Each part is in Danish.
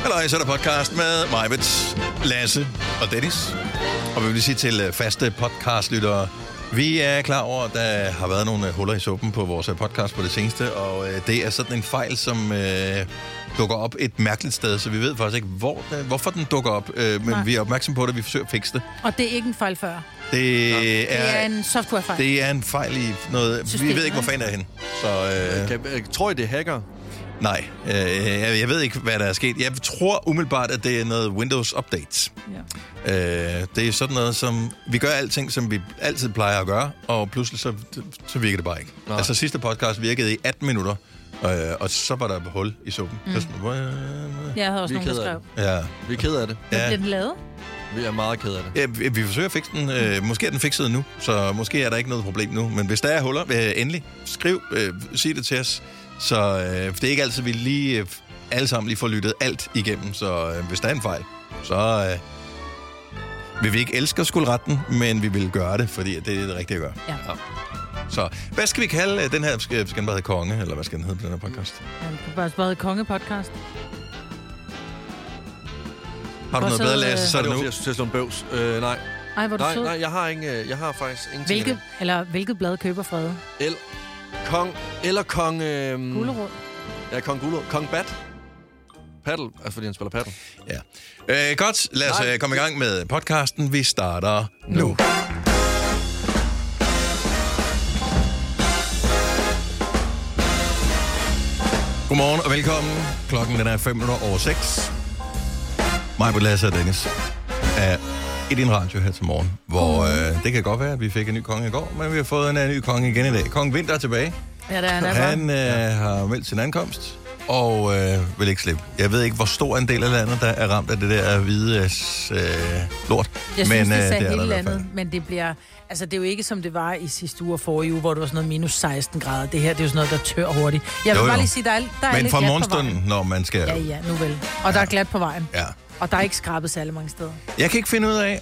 Halløj, så er der podcast med Majbet, Lasse og Dennis. Og vi vil sige til faste podcastlyttere, vi er klar over, at der har været nogle huller i suppen på vores podcast på det seneste, og det er sådan en fejl, som dukker op et mærkeligt sted, så vi ved faktisk ikke, hvorfor den dukker op, men vi er opmærksom på det, vi forsøger at fikse det. Og det er ikke en fejl før? Det er en softwarefejl. Det er en fejl i noget. Systemet. Vi ved ikke, hvor fanden er henne. Så, tror I, det er hacker? Nej, jeg ved ikke, hvad der er sket. Jeg tror umiddelbart, at det er noget Windows Update. Ja. Det er sådan noget, som... Vi gør alting, som vi altid plejer at gøre, og pludselig så virker det bare ikke. Nej. Altså sidste podcast virkede i 18 minutter, og så var der et hul i suppen. Jeg havde også nogen, der skrev. Ja. Vi er ked af det. Hvad bliver den lavet? Vi er meget ked af det. Ja, vi forsøger at fikse den. Måske er den fikset nu, så måske er der ikke noget problem nu. Men hvis der er huller, endelig skriv, sig det til os. Så det er ikke altid, vi lige alle sammen lige får lyttet alt igennem. Så hvis der er en fejl, så vil vi ikke elske at skulle rette den, men vi vil gøre det, fordi det er det rigtige at gøre. Ja. Så hvad skal vi kalde den her? Skal den bare hedde Konge, eller hvad skal den hedde på den her podcast? Ja, den kan bare hedde Konge-podcast. Har du noget bedre, Lasse, så er det nu? Jeg synes, det er sådan bøvs. Nej. Ej, hvor du sød. Nej, jeg har faktisk ingenting. Hvilket blad køber Frede? Kong... Gulerod. Ja, Kong Gulerod. Kong Bat. Paddle, altså fordi han spiller paddle. Ja. Godt, lad os komme i gang med podcasten. Vi starter nu. Godmorgen og velkommen. Klokken den er 5:05. Mig, Lasse og Dennis er i din radio her til morgen, hvor det kan godt være, at vi fik en ny konge i går, men vi har fået en ny konge igen i dag. Kong Vinter er tilbage. Ja, det er han. Har meldt sin ankomst og vil ikke slippe. Jeg ved ikke, hvor stor en del af landet, der er ramt af det der hvide lort. Jeg synes, det er hele landet, men det bliver... Altså, det er jo ikke, som det var i sidste uge og forrige uge, hvor det var sådan noget minus 16 grader. Det her, det er jo sådan noget, der tør hurtigt. Jeg vil bare lige sige, der er men lidt fra glat morgenstunden, når man skal... Ja, nu vel. Og der er glat på vejen. Ja. Og der er ikke skrabet særlig mange steder. Jeg kan ikke finde ud af,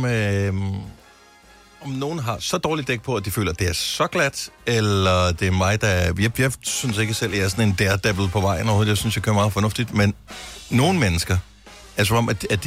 om nogen har så dårligt dæk på, at de føler, at det er så glat, eller det er mig, der... Jeg synes ikke selv, at jeg er sådan en daredevil på vejen overhovedet. Jeg synes, jeg kører meget fornuftigt, men nogle mennesker, altså om, at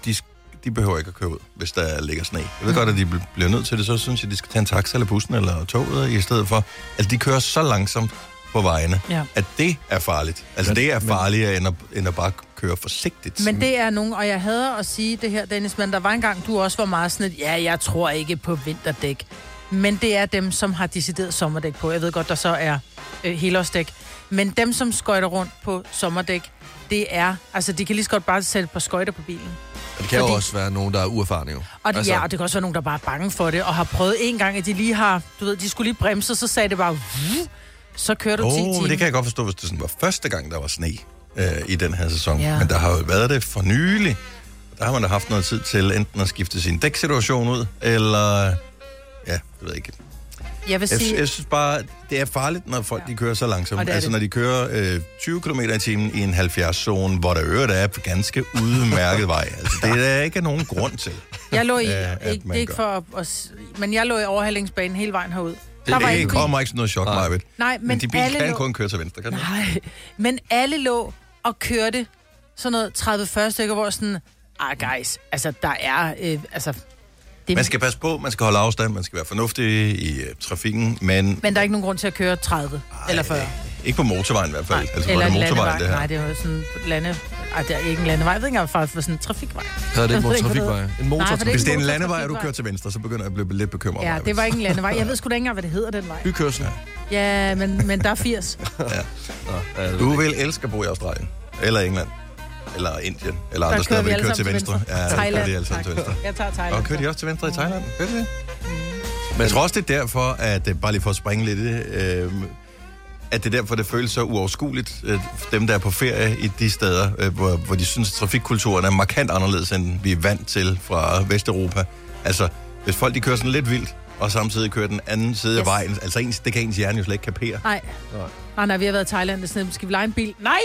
de behøver ikke at køre ud, hvis der ligger sne. Jeg ved godt, at de bliver nødt til det, så synes jeg, at de skal tage en taxa eller bussen eller toget i stedet for. Altså, de kører så langsomt på vejene, at det er farligt. Altså, det er farligere, end at bare køre forsigtigt. Men det er nogen, og jeg hader at sige det her, Dennis, men der var engang, du også var meget sådan et, jeg tror ikke på vinterdæk. Men det er dem, som har decideret sommerdæk på. Jeg ved godt, der så er helårsdæk. Men dem, som skøjter rundt på sommerdæk, det er, altså de kan lige så godt bare sætte et par skøjter på bilen. Og det kan jo også være nogen, der er uerfarne jo. Og det, og det kan også være nogen, der bare er bange for det, og har prøvet en gang, at de lige har, du ved, de skulle lige bremse, så sagde det bare, så kører du 10 timer. Det kan jeg godt forstå, hvis det sådan var første gang, der var sne i den her sæson. Ja. Men der har jo været det for nylig. Der har man da haft noget tid til enten at skifte sin dæksituation ud, eller, ja, jeg ved ikke. Jeg synes bare, det er farligt, når folk de kører så langsomt. Altså når de kører 20 km i timen i en 70-zone, hvor der øvrigt er på ganske udmærket vej. Altså det er ikke nogen grund til. Jeg lå i, ikke for os, men jeg lå i overhalingsbanen hele vejen herud. Det kommer ikke sådan noget chok, Majbet. Nej, men de biler kan kun køre til venstre, kan nej, men alle lå og kørte sådan noget 30-40 stykker, hvor sådan, guys, altså der er, man skal passe på, man skal holde afstand, man skal være fornuftig i trafikken, men der er ikke nogen grund til at køre 30 eller 40. Ikke på motorvejen i hvert fald. Nej, altså, eller en motorvej, det her. Nej, det er jo sådan det er ikke en landevej. Jeg ved ikke, faktisk var sådan en trafikvej. Ja, det er en trafikvej. En motortrafikvej. Hvis det er en landevej, og du kører til venstre, så begynder jeg at blive lidt bekymret. Ja, det var ikke en landevej. Jeg ved sgu da ikke engang, hvad det hedder, den vej. Bykørsel. Ja, men der er 80. Ja. Du vil elske at bo i Australien. Eller England. Eller Indien. Eller andre steder, hvor de kører til venstre. Ja, Thailand. Alle sammen til venstre. Jeg tager Thailand. Og kører de også til venstre i Thailand? Gør de det? Men jeg tror også, det er derfor, at bare lige for at springe lidt at det er derfor, det føles så uoverskueligt, dem der er på ferie i de steder, hvor de synes, at trafikkulturen er markant anderledes, end vi er vant til fra Vesteuropa. Altså, hvis folk de kører sådan lidt vildt, og samtidig kører den anden side af vejen, altså det kan ens hjerne jo slet ikke kapere. Nej, vi har været i Thailand, det sådan, skal vi lege en bil? Nej!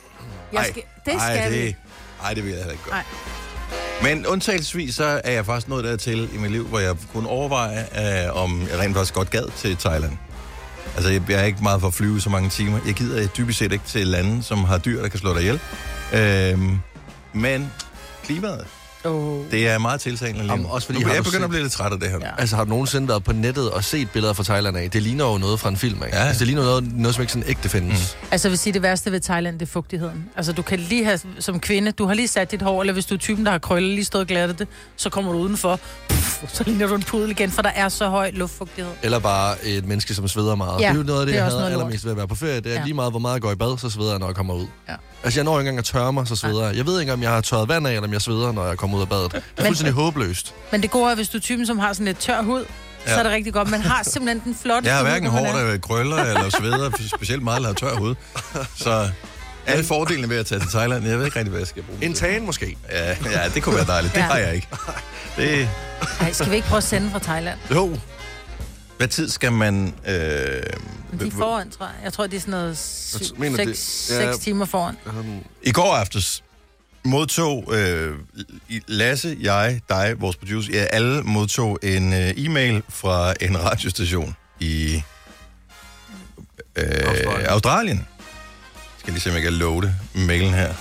Det vil jeg heller ikke gøre. Men undtagelsesvis, så er jeg faktisk nået dertil i mit liv, hvor jeg kunne overveje, om jeg rent faktisk godt gad til Thailand. Altså, jeg er ikke meget for at flyve så mange timer. Jeg gider dybest set ikke til lande, som har dyr, der kan slå dig ihjel. Men klimaet, det er meget tiltalende lige nu. Også fordi, jeg begynder at blive lidt træt af det her. Ja. Altså, har du nogensinde været på nettet og set billeder fra Thailand af? Det ligner jo noget fra en film, ikke? Ja. Altså, det ligner noget som ikke sådan ægte findes. Altså, jeg vil sige, det værste ved Thailand, det er fugtigheden. Altså, du kan lige have, som kvinde, du har lige sat dit hår, eller hvis du er typen, der har krøller, lige stået og glattet det, så kommer du udenfor, så ligner du en pudel igen, for der er så høj luftfugtighed. Eller bare et menneske, som sveder meget. Ja, det er jo noget af det, jeg hader lort. allermest ved at være på ferie. Det er lige meget, hvor meget jeg går i bad, så sveder jeg, når jeg kommer ud. Ja. Altså, jeg når ikke engang at tørre mig, så sveder jeg. Jeg ved ikke, om jeg har tørret vand af, eller om jeg sveder, når jeg kommer ud af badet. Det er fuldstændig håbløst. Men det gode er, hvis du er typen, som har sådan lidt tør hud, så er det rigtig godt. Man har simpelthen den flotte Jeg har hud, hverken når man hår, der krøller eller sveder, specielt meget, eller har tør hud. Så alle fordelene ved at tage til Thailand, jeg ved ikke rigtig, hvad jeg skal bruge. En tan måske. Ja, det kunne være dejligt. Det har jeg ikke. Det... Ej, skal vi ikke prøve at sende fra Thailand? Jo. Hvad tid skal man... De er foran, tror jeg. Jeg tror, det er sådan noget 6 timer foran. I går aftes modtog Lasse, jeg, dig, vores producer, ja, alle modtog en e-mail fra en radiostation i Australien. Skal lige se, om jeg kan loade mailen her.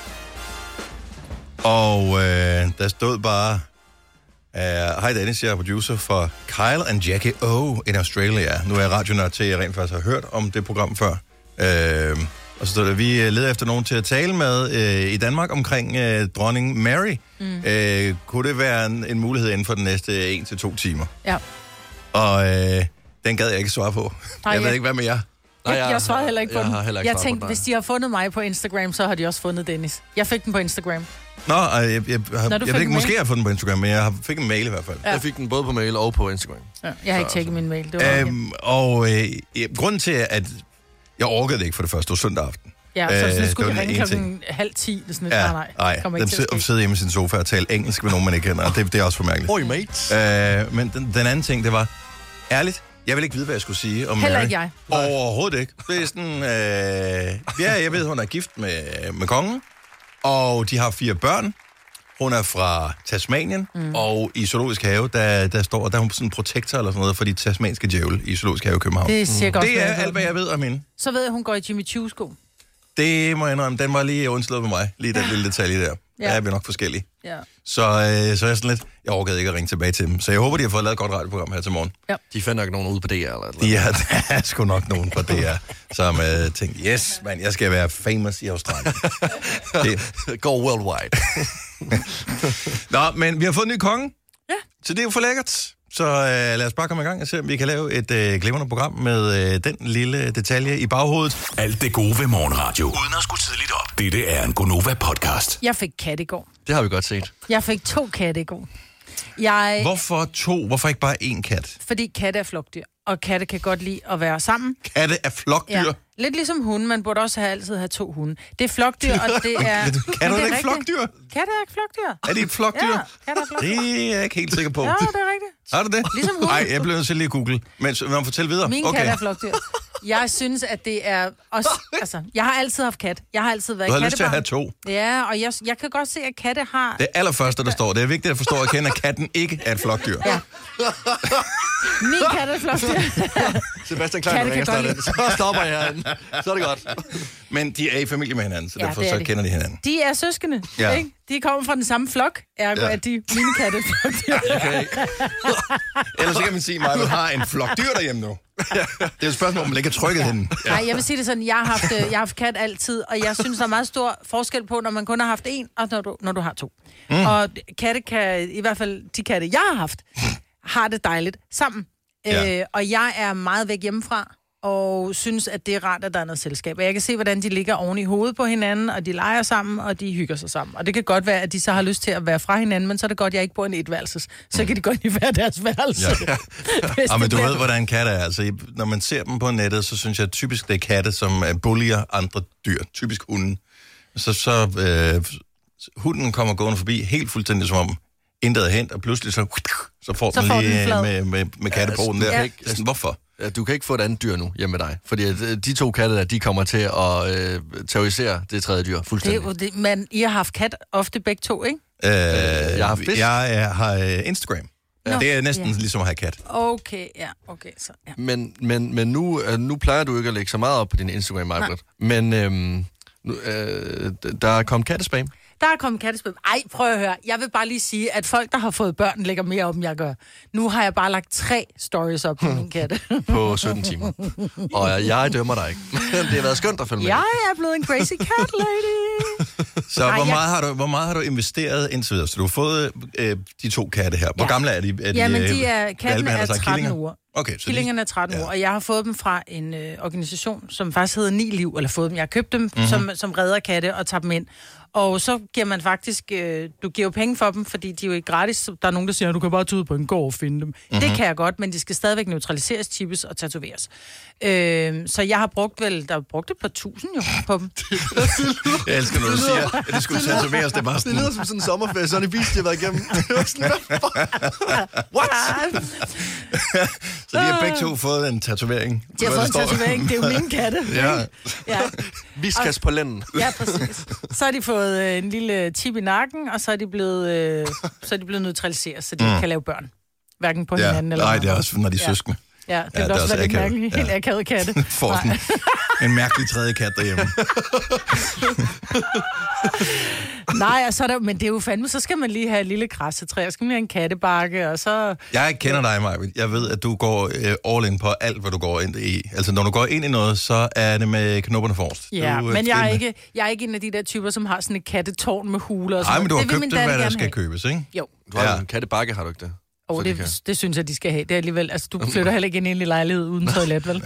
Og der stod bare... Hej Dennis, jeg er producer for Kyle and Jackie O in Australia. Nu er jeg radionørd til, at jeg rent faktisk har hørt om det program før. Og så stod der, vi leder efter nogen til at tale med i Danmark omkring dronning Mary. Kunne det være en mulighed inden for den næste 1 til 2 timer? Ja. Og den gad jeg ikke svare på. Jeg ved ikke, hvad med jer? Jeg svarede heller ikke på den. Jeg tænkte, på hvis de har fundet mig på Instagram, så har de også fundet Dennis. Jeg fik den på Instagram. Nå, jeg ved ikke, måske jeg har fået den på Instagram, men jeg fik en mail i hvert fald. Ja. Jeg fik den både på mail og på Instagram. Ja, jeg har ikke tjekket min mail. Det var grunden til, at jeg orkede det ikke for det første, det var søndag aften. Ja, så skulle jeg ringe klokken 9:30. Sådan nej, den sidder hjemme i sin sofa og taler engelsk med nogen, man ikke kender, og det er også for mærkeligt. Oi, mate. Men den anden ting, det var, ærligt, jeg vil ikke vide, hvad jeg skulle sige om Heller Mary. ikke jeg. Overhovedet ikke. Det er sådan, jeg ved, hun er gift med kongen, og de har 4 børn. Hun er fra Tasmanien, og i Zoologisk Have, der er hun sådan en protektor eller sådan noget for de tasmanske djævel i Zoologisk Have i København. Det er cirka Det er alt, hvad jeg ved om hende. Så ved jeg, hun går i Jimmy Choo-sko. Det må jeg indrømme. Den var lige undslået med mig. Lige den lille detalje der. Ja. Der er vi nok forskellige. Ja. Så jeg er sådan lidt... Jeg orkede ikke at ringe tilbage til dem. Så jeg håber, de har fået lavet et godt radioprogram her til morgen. Ja. De fandt nok nogen ude på DR eller et Ja, der er sgu nok nogen på DR, som tænkte, yes, man, jeg skal være famous i Australien. Go worldwide. Nå, men vi har fået en ny konge. Ja. Så det er jo for lækkert. Så lad os bare komme i gang og se, om vi kan lave et glimrende program med den lille detalje i baghovedet. Alt det gode ved morgenradio, uden at skulle tidligt op. Dette er en Gonova-podcast. Jeg fik kat i går. Det har vi godt set. Jeg fik 2 katte i går. Hvorfor 2? Hvorfor ikke bare 1 kat? Fordi katte er flokdyr, og katte kan godt lide at være sammen. Katte er flokdyr? Ja. Lidt ligesom hunde, man burde også altid have 2 hunde. Det er flokdyr, og det er... Katte er ikke flokdyr? Katte er ikke flokdyr. Er det et flokdyr? Ja, katte er flokdyr. Det er jeg ikke helt sikker på. Ja, det er rigtigt. Har du det? Ligesom hunde. Nej, jeg blev nødt til lige at google. Men man fortæl videre. Min kat er flokdyr. Jeg synes, at det er også... Altså, jeg har altid haft kat. Jeg har altid været kattebarn. Du har kattebarn. lyst til at have 2. Ja, og jeg kan godt se, at katte har... Det allerførste, der står, det er vigtigt at forstå og kende, at katten ikke er et flokdyr. Ja. Min kat er flokdyr. Sebastian Klein ringer snart. Så stopper jeg herinde. Så er det godt. Men de er i familie med hinanden, så derfor så de. kender de hinanden. De er søskende, Ja. ikke? De kommer fra den samme flok, ergo at de mine katte flokdyr. Ellers så kan man sige, at Maja har en flok dyr derhjemme nu. Det er jo et spørgsmål, om man ikke har trykket hende. Nej, jeg vil sige det sådan, jeg har haft kat altid, og jeg synes, der er meget stor forskel på, når man kun har haft 1, og når du har 2. Og katte kan, i hvert fald de katte, jeg har haft, har det dejligt sammen. Ja. Og jeg er meget væk hjemmefra, og synes, at det er rart, at der er noget selskab. Og jeg kan se, hvordan de ligger oven i hovedet på hinanden, og de leger sammen, og de hygger sig sammen. Og det kan godt være, at de så har lyst til at være fra hinanden, men så er det godt, at jeg ikke bor i en etværelses. Så kan de godt i hver deres værelse. Ja. Men du ved, hvordan katte er. Altså, når man ser dem på nettet, så synes jeg at typisk, det er katte, som bullier andre dyr. Typisk hunden. Så hunden kommer gående forbi helt fuldstændig som om intet er hent, og pludselig så får den lige med kattepoten der. Ja. Sådan, hvorfor? Du kan ikke få et andet dyr nu hjemme med dig, fordi de 2 katte der, de kommer til at terrorisere det 3. dyr fuldstændig. Men I har haft kat ofte begge 2, ikke? Jeg har fisk. Jeg har Instagram. Ja. Det er næsten ligesom at have kat. Okay, ja. Okay, så, ja. Men nu plejer du ikke at lægge så meget op på din Instagram, Margaret. Men der er kommet kattespam. Der er kommet kattespil. Ej, prøv at høre. Jeg vil bare lige sige, at folk, der har fået børn, lægger mere op, end jeg gør. Nu har jeg bare lagt 3 stories op på min katte. På 17 timer. Og jeg dømmer dig ikke. Det har været skønt at følge med. Jeg er blevet en crazy cat lady. Så hvor meget har du investeret indtil videre? Så du har fået de 2 katte her. Hvor gamle er de? Jamen, kattene er 13 uger. Okay, så killingerne er 13 år, og jeg har fået dem fra en organisation, som faktisk hedder 9 Liv, eller fået dem. Jeg har købt dem, som redder katte og tager dem ind. Og så giver man faktisk, du giver jo penge for dem, fordi de er jo ikke gratis. Der er nogen, der siger, at du kan bare tage ud på en gård og finde dem. Det kan jeg godt, men de skal stadigvæk neutraliseres, chippes og tatoveres. Så jeg har brugt et par 1000 jo på dem. Jeg elsker, når du siger, at det skulle tatoveres. Det er bare sådan... Det lyder som sådan en sommerferie, sådan en vis, de har været igennem. What? Så de har begge 2 fået en tatovering. De har fået en tatovering, det er jo min katte. Ja. Viskas på lænden. Ja, præcis. Så har de fået en lille tip i nakken, og så er de blevet neutraliseret, så de ikke kan lave børn. Hverken på hinanden eller... Nej, det er også, når de er søskende. Ja, det vil også være lidt mærkeligt. Helt akavet katte. Får sådan en mærkelig tredje kat derhjemme. Nej, altså, men det er jo fandme, så skal man lige have et lille græssetræ, og skal man have en kattebakke, og så... Jeg kender dig, Maja. Jeg ved, at du går all in på alt, hvad du går ind i. Altså, når du går ind i noget, så er det med knopperne forrest. Ja, men jeg er ikke en af de der typer, som har sådan et kattetårn med huler og sådan. Nej, men du har det købt det, hvad der skal købes, ikke? Jo. Du har en kattebakke, har du ikke det? Det synes jeg, de skal have. Det er alligevel... Altså, du flytter heller ikke ind i en lille lejlighed uden toilet, vel?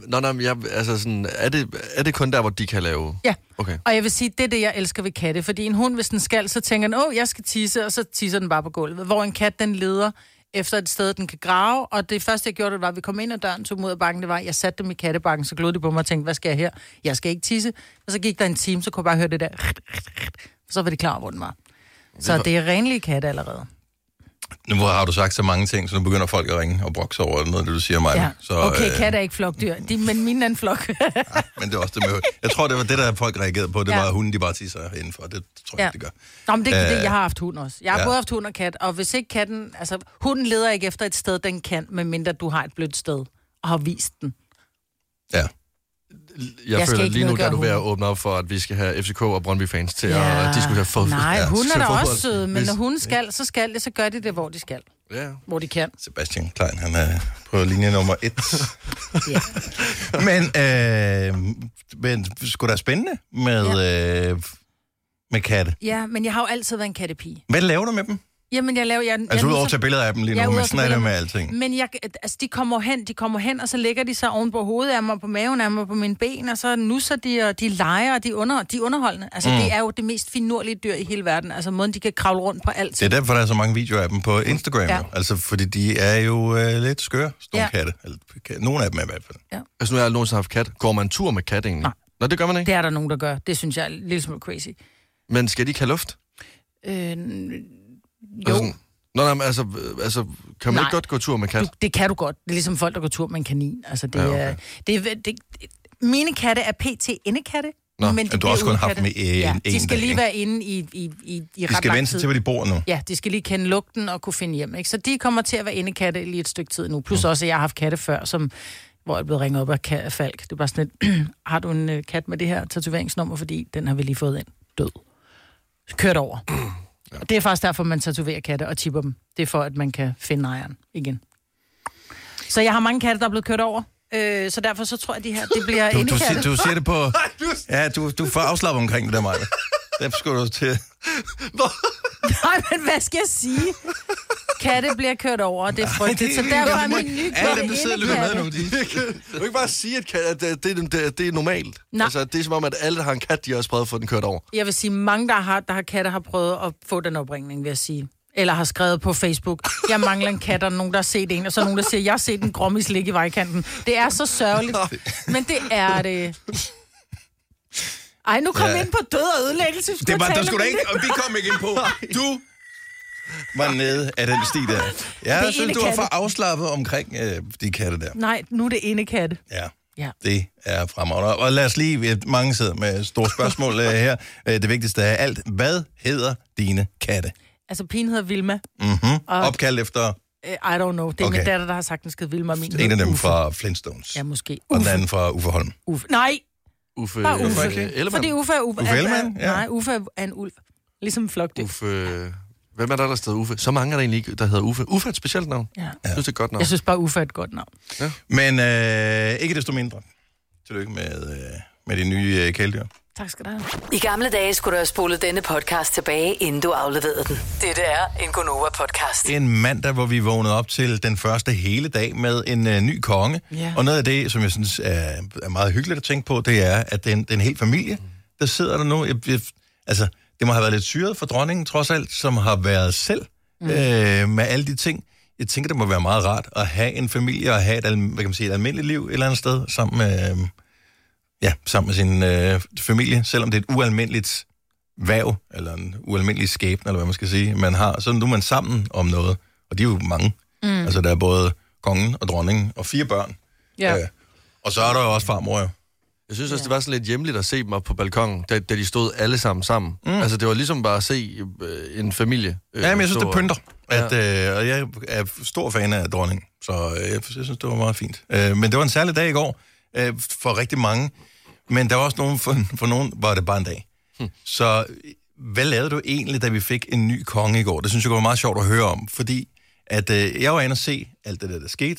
Er det kun der, hvor de kan lave... Ja, okay. Og jeg vil sige, det er det, jeg elsker ved katte. Fordi en hund, hvis den skal, så tænker den, jeg skal tisse, og så tisser den bare på gulvet. Hvor en kat, den leder efter et sted, den kan grave. Og det første, jeg gjorde, det var, at vi kom ind ad døren, tog ud af bakken, det var, jeg satte dem i kattebakken, så glod de på mig og tænkte, hvad skal jeg her? Jeg skal ikke tisse. Og så gik der en time, så kunne jeg bare høre det der. Så var de klar, hvor den var. Så det er renlige katte allerede. Nu har du sagt så mange ting, så nu begynder folk at ringe og brokse over noget, det du siger, Maja. Ja. Så, okay, katte er ikke flokdyr, men mine er en flok. Men det er også det med... Jeg tror, det var det, der folk reagerede på. Det var, at hunden, de bare tisser indenfor. Det tror jeg, de gør. Nå, men det jeg har haft hund også. Jeg har både haft hund og kat, og hvis ikke katten... Altså, hunden leder ikke efter et sted, den kan, medmindre du har et blødt sted og har vist den. Ja. Jeg føler lige nu, der er du ved at åbne op for, at vi skal have FCK og Brøndby-fans til at diskutere fodbold. Nej, hun er da også sød, men når hun skal, så gør de det, hvor de skal. Ja. Hvor de kan. Sebastian Klein, han er på linje nummer 1. Ja. Men sgu da spændende med katte. Ja, men jeg har jo altid været en kattepige. Hvad laver du med dem? Jamen, altså udover at tage billeder af dem lige nu, men sådan er det med alting. Men de kommer hen, og så lægger de sig oven på hovedet af mig, på maven af mig, på mine ben, og så nusser de, og de leger, og de er underholdende. Altså, det er jo det mest finurlige dyr i hele verden. Altså, måden de kan kravle rundt på alt. Det er derfor, der er så mange videoer af dem på Instagram. Ja. Altså, fordi de er jo lidt skøre, sådan katte. Nogle af dem er i hvert fald. Ja. Altså, nu har jeg aldrig haft kat. Går man tur med kat egentlig? Nej. Nå, det gør man ikke? Det er der nogen, der gør. Det synes jeg er lidt smule crazy. Men skal de ikke have luft? Jo. Altså, kan man ikke godt gå tur med kat? Det kan du godt. Det er ligesom folk, der går tur med en kanin. Altså, mine katte er pt. Indekatte. Nå, men du har også kun haft dem i en de skal lige være inde i ret lang tid. De skal vente sig til, hvor de bor nu. Ja, de skal lige kende lugten og kunne finde hjem. Ikke? Så de kommer til at være indekatte lige et stykke tid nu. Plus også, at jeg har haft katte før, hvor jeg blev ringet op af Falk. Det er bare sådan et, har du en kat med det her tatoveringsnummer, fordi den har vi lige fået ind. Død. Kørt over. Ja. Det er faktisk derfor, man tatoverer katte og tipper dem. Det er for, at man kan finde ejeren igen. Så jeg har mange katte, der er blevet kørt over. Så derfor så tror jeg, at det bliver indekatte. Du siger det på... Ja, du får afslappet omkring det der, Maja. Derfor skal du til... Nej, men hvad skal jeg sige? Katte bliver kørt over, og det er frygteligt. Så derfor er min nye katte dem, der sidder og lytter med nu, du kan ikke bare sige, at det er normalt. Nej. Altså, det er som om, at alle, der har en kat, de har også prøvet at få den kørt over. Jeg vil sige, mange, der har katte, har prøvet at få den opringning, vil jeg sige. Eller har skrevet på Facebook, jeg mangler en kat, og nogen, der har set en, og så nogen, der siger, jeg har set en grommis ligge i vejkanten. Det er så sørgeligt, men det er det. Ej, nu kom vi ind på død og ødelæggelse. Det var, der skulle da ikke, og vi kom ikke ind på. Du var nede af den sti der. Jeg synes, du var for afslappet omkring de katte der. Nej, nu er det indekatte. Ja, det er fremragende. Og lad os lige, mange sidder med store spørgsmål her. Det vigtigste af alt, hvad hedder dine katte? Altså, pigen hedder Vilma. Opkaldt efter... I don't know. Det er min datter, der har sagt, den skal Vilma. Min en af dem fra Flintstones. Ja, måske. Og den anden fra Uffe Holm. Nej! Uffe Bare Uffe. Ellemann. Fordi Uffe er Uffe. Uffe Ellemann? Ja. Nej, Uffe er en ulv. Ligesom flokdyr. Uffe... Hvem er der hedder Uffe? Så mange er der egentlig ikke, der hedder Uffe. Uffe er et specielt navn. Ja. Jeg synes, det er et godt navn. Jeg synes bare, Uffe er et godt navn. Ja. Men ikke desto mindre. Tillykke med de nye kæledyr. Tak skal du have. I gamle dage skulle du have spolet denne podcast tilbage, inden du afleverede den. Dette er en Gonova-podcast. En mandag, hvor vi vågnede op til den første hele dag med en ny konge. Ja. Og noget af det, som jeg synes er meget hyggeligt at tænke på, det er, at det er en hel familie, der sidder der nu. Altså, det må have været lidt syret for dronningen, trods alt, som har været selv med alle de ting. Jeg tænker, det må være meget rart at have en familie og have et almindeligt liv et eller andet sted sammen med sin familie, selvom det er et ualmindeligt væv, eller en ualmindelig skæbne, eller hvad man skal sige, man har. Så nu er man sammen om noget, og de er jo mange. Altså, der er både kongen og dronningen og 4 børn. Ja. Og så er der jo også farmor, jo. Jeg synes også, det var sådan lidt hjemligt at se dem op på balkongen, da de stod alle sammen. Altså, det var ligesom bare at se en familie. Ja, men jeg synes, det pynter. Og jeg er stor fan af dronningen, så jeg synes, det var meget fint. Men det var en særlig dag i går for rigtig mange. Men der var også nogen, for nogen var det bare en dag. Så hvad lavede du egentlig, da vi fik en ny konge i går? Det synes jeg var meget sjovt at høre om, fordi at jeg var inde og se alt det der skete,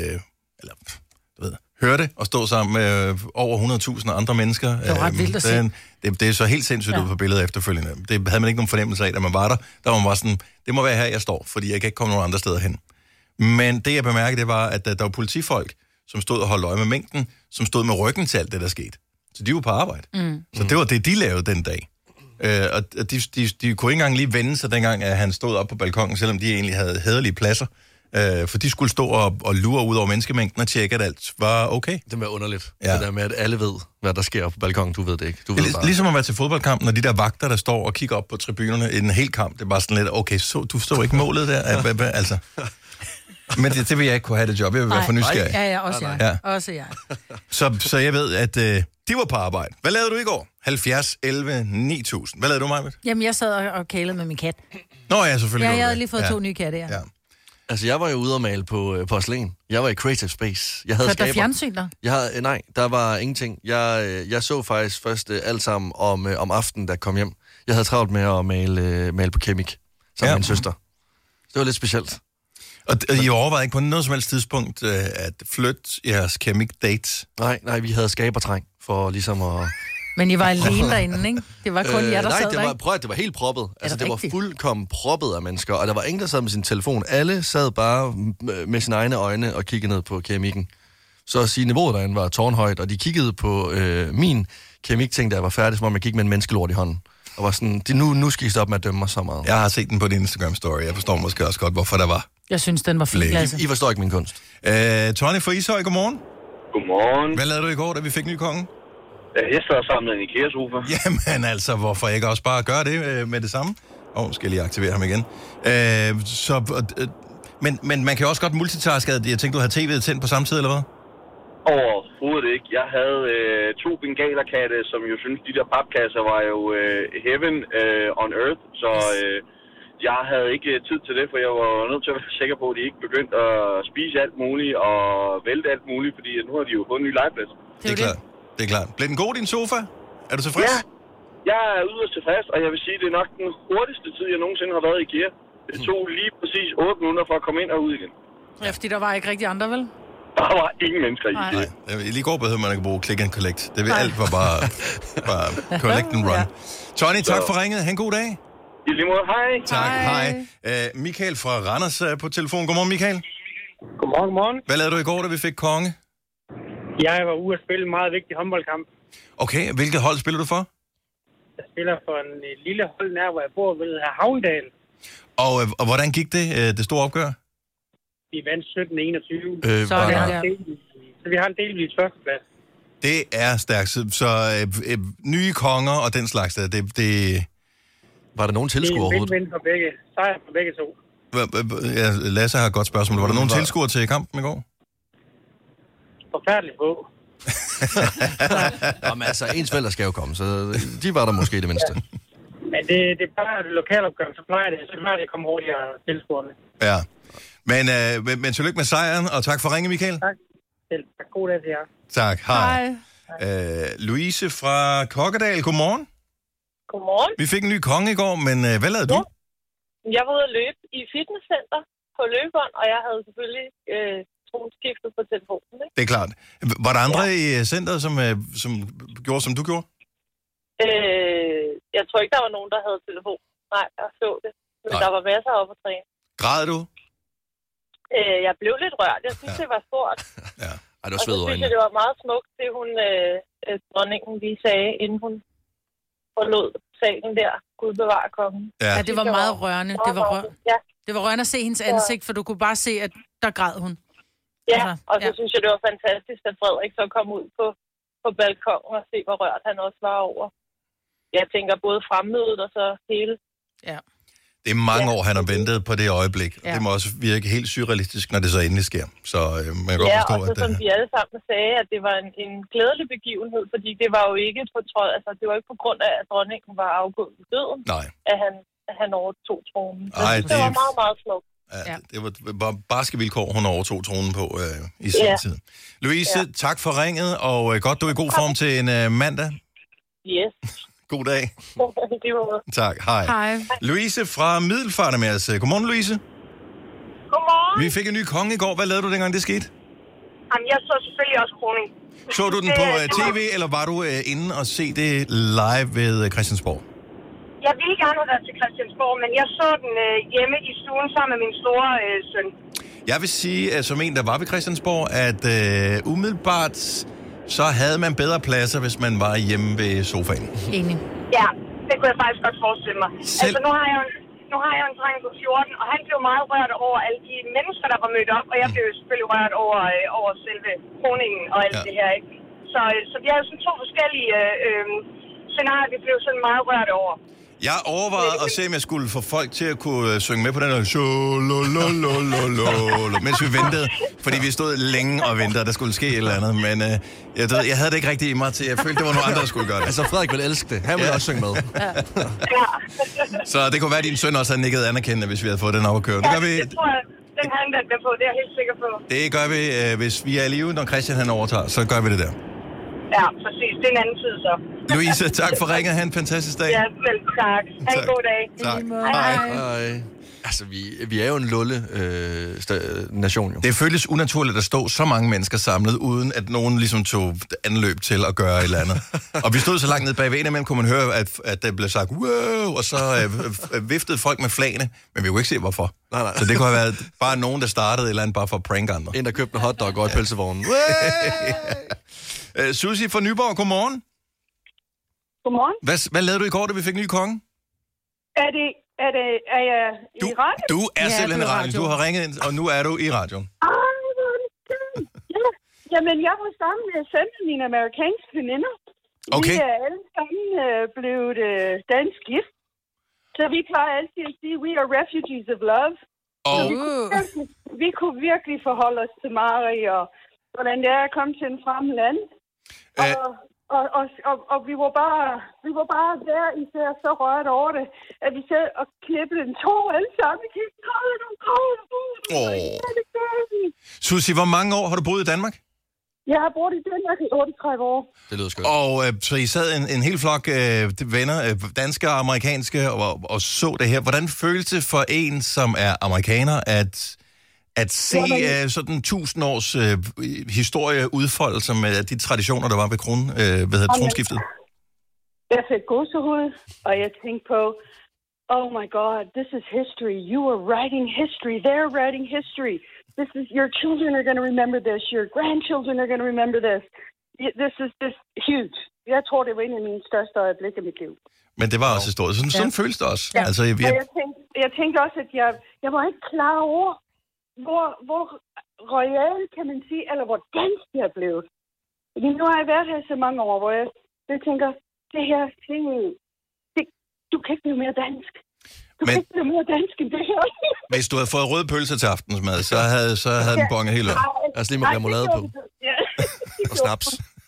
hørte og stå sammen med over 100.000 andre mennesker. Det var ret vildt at se. Det er så helt sindssygt ud på billedet efterfølgende. Det havde man ikke nogen fornemmelse af, da man var der. Der var man bare sådan, det må være her, jeg står, fordi jeg kan ikke komme nogen andre steder hen. Men det, jeg bemærkede, det var, at der var politifolk, som stod og holdt øje med mængden, som stod med ryggen til alt det, der skete. Så de var på arbejde. Så det var det, de lavede den dag. Og de kunne ikke engang lige vende sig dengang, at han stod op på balkongen, selvom de egentlig havde hæderlige pladser. For de skulle stå og lure ud over menneskemængden og tjekke, at alt var okay. Det er underligt. Ja. Det der med, at alle ved, hvad der sker på balkongen. Du ved det ikke. Du ved bare. Ligesom at være til fodboldkampen, og de der vagter, der står og kigger op på tribunerne i en hel kamp. Det er bare sådan lidt, okay, du så ikke målet der? Altså. Men det vil jeg ikke kunne have det job. Jeg vil være for nysgerrig. Ja, også jeg. Ja. Også jeg. Så jeg ved, at de var på arbejde. Hvad lavede du i går? 70, 11, 9000. Hvad lavede du, Majbet? Jamen, jeg sad og kælede med min kat. Nå ja, selvfølgelig. Ja, jeg havde lige fået 2 nye katte, ja. Altså, jeg var jo ude og male på porcelæn. Jeg var i Creative Space. Jeg havde skaber. Der fjernsyn der? Nej, der var ingenting. Jeg så faktisk først alt sammen om aftenen, da jeg kom hjem. Jeg havde travlt med at male på kemik sammen med min søster. Det var lidt specielt. Og I overvejede ikke på noget som helst tidspunkt at flytte jeres kemik-date? Nej, vi havde skabertræng for ligesom at... Men I var alene derinde, ikke? Det var kun jer, der sad der, ikke? Det var helt proppet. Altså, det var fuldkommen proppet af mennesker, og der var ingen, der sad med sin telefon. Alle sad bare med sine egne øjne og kiggede ned på keramikken. Så at sige, niveauet derinde var tårnhøjt, og de kiggede på min keramikting, da jeg var færdig, som om jeg gik med en menneskelort i hånden. Og var sådan, nu skal I stoppe med at dømme mig så meget. Jeg har set den på din Instagram-story. Jeg forstår måske også godt, hvorfor der var. Jeg synes, den var fin, Lasse. I forstår ikke min kunst. Tony fra Ishøj, godmorgen. Godmorgen. Hvad lavede du i går, da vi fik ny konge? Jeg sad sammen med en IKEA-sofa. Jamen altså, hvorfor ikke også bare gøre det med det samme? Skal jeg lige aktivere ham igen. Men man kan også godt multitaske. Jeg tænkte, du havde tv'et tændt på samme tid, eller hvad? Overhovedet ikke. Jeg havde 2 bengalerkatte, som jo synes, de der papkasser var jo heaven on earth. Så jeg havde ikke tid til det, for jeg var nødt til at være sikker på, at de ikke begyndte at spise alt muligt og vælte alt muligt, fordi nu har de jo fået en ny legeplads. Det er klart. Det er klart. Blev den god, din sofa? Er du tilfreds? Ja, jeg er yderst tilfreds, og jeg vil sige, at det er nok den hurtigste tid, jeg nogensinde har været i IKEA. Det tog lige præcis 8 minutter for at komme ind og ud igen. Ja, fordi der var ikke rigtig andre, vel? Der var ingen mennesker i IKEA. Nej, lige går behøver man ikke bruge click and collect. Det vil alt var bare collect and run. Tony, tak for ringet. Ha' en god dag. I lige måde, hej. Tak, hej. Michael fra Randers på telefon. Godmorgen, Michael. Godmorgen. Hvad lavede du i går, da vi fik konge? Jeg var ude at spille en meget vigtig håndboldkamp. Okay, hvilket hold spiller du for? Jeg spiller for en lille hold nær, hvor jeg bor ved Havndal. Og hvordan gik det store opgør? Vi vandt 17-21. Så vi har en delvis førsteplads. Det er stærkt. Så nye konger og den slags der, det... Var der nogen tilskuere overhovedet? Det er for begge. Sejr for begge to. Lasse har et godt spørgsmål. Var der nogen tilskuere til kampen i går? Forfærdeligt på. Jamen altså, ens forældre skal jo komme, så de var der måske det mindste. Men det er bare et lokalopgør, så plejer det at komme hurtigere tilskuerne. Ja. Men tillykke med sejren, og tak for ringe, Michael. Tak. Tak. God dag til jer. Tak. Hej. Louise fra Kokkedal, godmorgen. Godmorgen. Vi fik en ny konge i går, men hvad lavede du? Jeg var ude at løbe i fitnesscenter på løbebånd, og jeg havde selvfølgelig tronskiftet på telefonen. Ikke? Det er klart. Var der andre i centret, som gjorde, som du gjorde? Jeg tror ikke, der var nogen, der havde telefon. Nej, jeg så det. Men der var masser op at træne. Græd du? Jeg blev lidt rørt. Jeg synes, det var stort. Ja. Ej, det var sved og så synes jeg, det var meget smukt, det hun, dronningen lige sagde, inden hun forlod salen der. Gud bevare kongen. Ja, det var meget rørende. Det var rørende at se hendes ansigt, for du kunne bare se, at der græd hun. Ja, og så synes jeg, det var fantastisk, at Frederik så kom ud på balkonen og se, hvor rørt han også var over. Jeg tænker både fremmødet og så hele. Ja. Det er mange år, han har ventet på det øjeblik. Ja. Det må også virke helt surrealistisk, når det så endelig sker. Så man kan godt forstå, og så som de alle sammen sagde, at det var en glædelig begivenhed, fordi det var jo ikke det var ikke på grund af, at dronningen var afgået i døden, at han overtog tronen. Det var meget, meget smukt. Ja, det var barske vilkår, hun overtog tronen på i sin tid. Louise, tak for ringet, og godt, du er i god form til en mandag. Yes. God dag. Tak, hej. Louise fra Middelfart er med os. Godmorgen, Louise. Godmorgen. Vi fik en ny konge i går. Hvad lavede du, dengang det skete? Jamen, jeg så selvfølgelig også kroning. Så du den på tv, eller var du inde og se det live ved Christiansborg? Jeg ville gerne have været til Christiansborg, men jeg så den hjemme i stuen sammen med min store søn. Jeg vil sige, som en, der var ved Christiansborg, at umiddelbart så havde man bedre pladser, hvis man var hjemme ved sofaen. Enig. Ja, det kunne jeg faktisk godt forestille mig. Altså, nu har jeg en dreng på 14, og han blev meget rørt over alle de mennesker, der var mødt op, og jeg blev selvfølgelig rørt over selve kroningen og alt det her, ikke? Så vi havde sådan to forskellige scenarier, vi blev sådan meget rørt over. Jeg overvejede at se, om jeg skulle få folk til at kunne synge med på den her mens vi ventede. Fordi vi stod længe og ventede, at der skulle ske et eller andet. Men jeg havde det ikke rigtig i mig til. Jeg følte, det var nogle andre, der skulle gøre det. Altså, Frederik ville elske det. Han ville også synge med. Så det kunne være, at din søn også havde nikket anerkendende, hvis vi havde fået den op at køre. Det gør vi. Det tror jeg. Den har han været med på. Det er jeg helt sikker på. Det gør vi, hvis vi er i live, når Christian han overtager. Så gør vi det der. Ja, præcis. Det er en anden tid, så. Louise, tak for ringet. Ha' en fantastisk dag. Ja, vel, tak. Ha' en god dag. Tak. Hej. Altså, vi er jo en lulle-nation, jo. Det føles unaturligt at stå så mange mennesker samlet, uden at nogen ligesom tog anløb til at gøre et eller andet. Og vi stod så langt ned bagved, imellem kunne man høre, at der blev sagt, wow, og så viftede folk med flagene, men vi kunne ikke se, hvorfor. Nej. Så det kunne have været bare nogen, der startede et eller andet bare for at prank andre. En, der købte en hotdog og i pølsevognen. Susie fra Nyborg, godmorgen. Godmorgen. Hvad lavede du i går, da vi fik ny konge? Er jeg i radio? Du er simpelthen i radio. Du har ringet ind, og nu er du i radioen. Jamen, jeg var sammen med 15 mine amerikanske veninder. Okay. Vi er alle sammen blevet dansk gift. Så vi plejer altid at sige, we are refugees of love. Vi kunne virkelig forholde os til Mari, og hvordan det er at komme til en fremmed land. Og vi var bare der især så rørt over det, at vi selv og klippede en tår alle sammen. Vi gik Susie, hvor mange år har du boet i Danmark? Jeg har boet i Danmark i 38 år. Det lyder skønt. Og så I sad en hel flok venner, danske og amerikanske, og så det her. Hvordan føles det for en, som er amerikaner, at se sådan 1000 års historie udfolde sig med de traditioner, der var ved tronskiftet? Jeg fik gåsehud, og jeg tænkte på, oh my God, this is history. You are writing history. They're writing history. Your children are going to remember this. Your grandchildren are going to remember this. This is just huge. Jeg tror, det var en af mine største øjeblikke i mit liv. Men det var også historie. Sådan føles det også. Ja. Altså, jeg tænkte også, at jeg var ikke klar over, hvor royal, kan man sige, eller hvor dansk jeg er blevet. Nu har jeg været her så mange år, hvor jeg tænker, det her ting, du kan ikke blive mere dansk. Du kan ikke blive mere dansk end det her. Hvis du havde fået røde pølser til aftensmad, så havde den bonget helt op. Altså lige med remoulade på. Og snaps.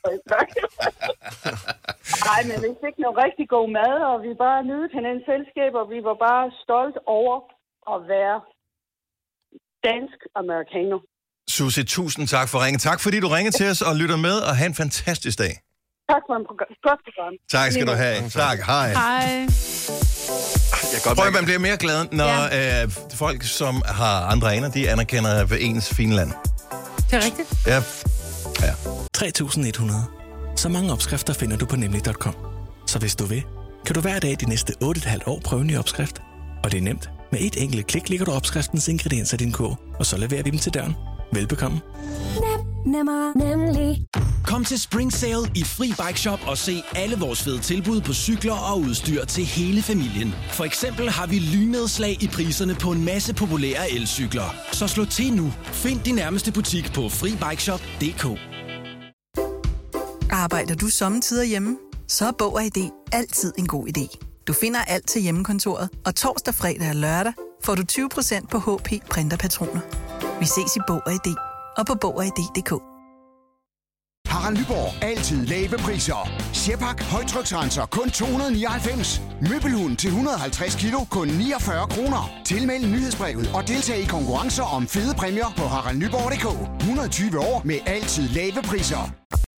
Nej, men vi fik noget rigtig god mad, og vi bare nød hinandens selskab, og vi var bare stolt over at være dansk amerikaner. Susie, tusind tak for ringen. Tak fordi du ringede til os og lytter med, og have en fantastisk dag. Tak for en godt program. Tak skal du have. Tak, hej. Hej. Prøv at man bliver mere glad, når folk, som har andre aner, de anerkender ens fine land. Det er rigtigt. Ja. 3.100. Så mange opskrifter finder du på nemlig.com. Så hvis du vil, kan du hver dag de næste 8,5 år prøve en ny opskrift. Og det er nemt. Med et enkelt klik ligger du opskriftens ingredienser i din kog, og så leverer vi dem til døren. Velbekomme. Nemlig. Kom til Spring Sale i Fri Bike Shop og se alle vores fede tilbud på cykler og udstyr til hele familien. For eksempel har vi lynnedslag i priserne på en masse populære elcykler. Så slå til nu. Find din nærmeste butik på FriBikeShop.dk. Arbejder du sommetider hjemme? Så er Bog og ID altid en god idé. Du finder alt til hjemmekontoret, og torsdag, fredag og lørdag får du 20% på HP printerpatroner. Vi ses i Bog og ID og på Bog og ID.dk. Harald Nyborg. Altid lave priser. Sjehpak højtryksrenser kun 299. Møbelhund til 150 kilo kun 49 kroner. Tilmeld nyhedsbrevet og deltag i konkurrencer om fede præmier på haraldnyborg.dk. 120 år med altid lave priser.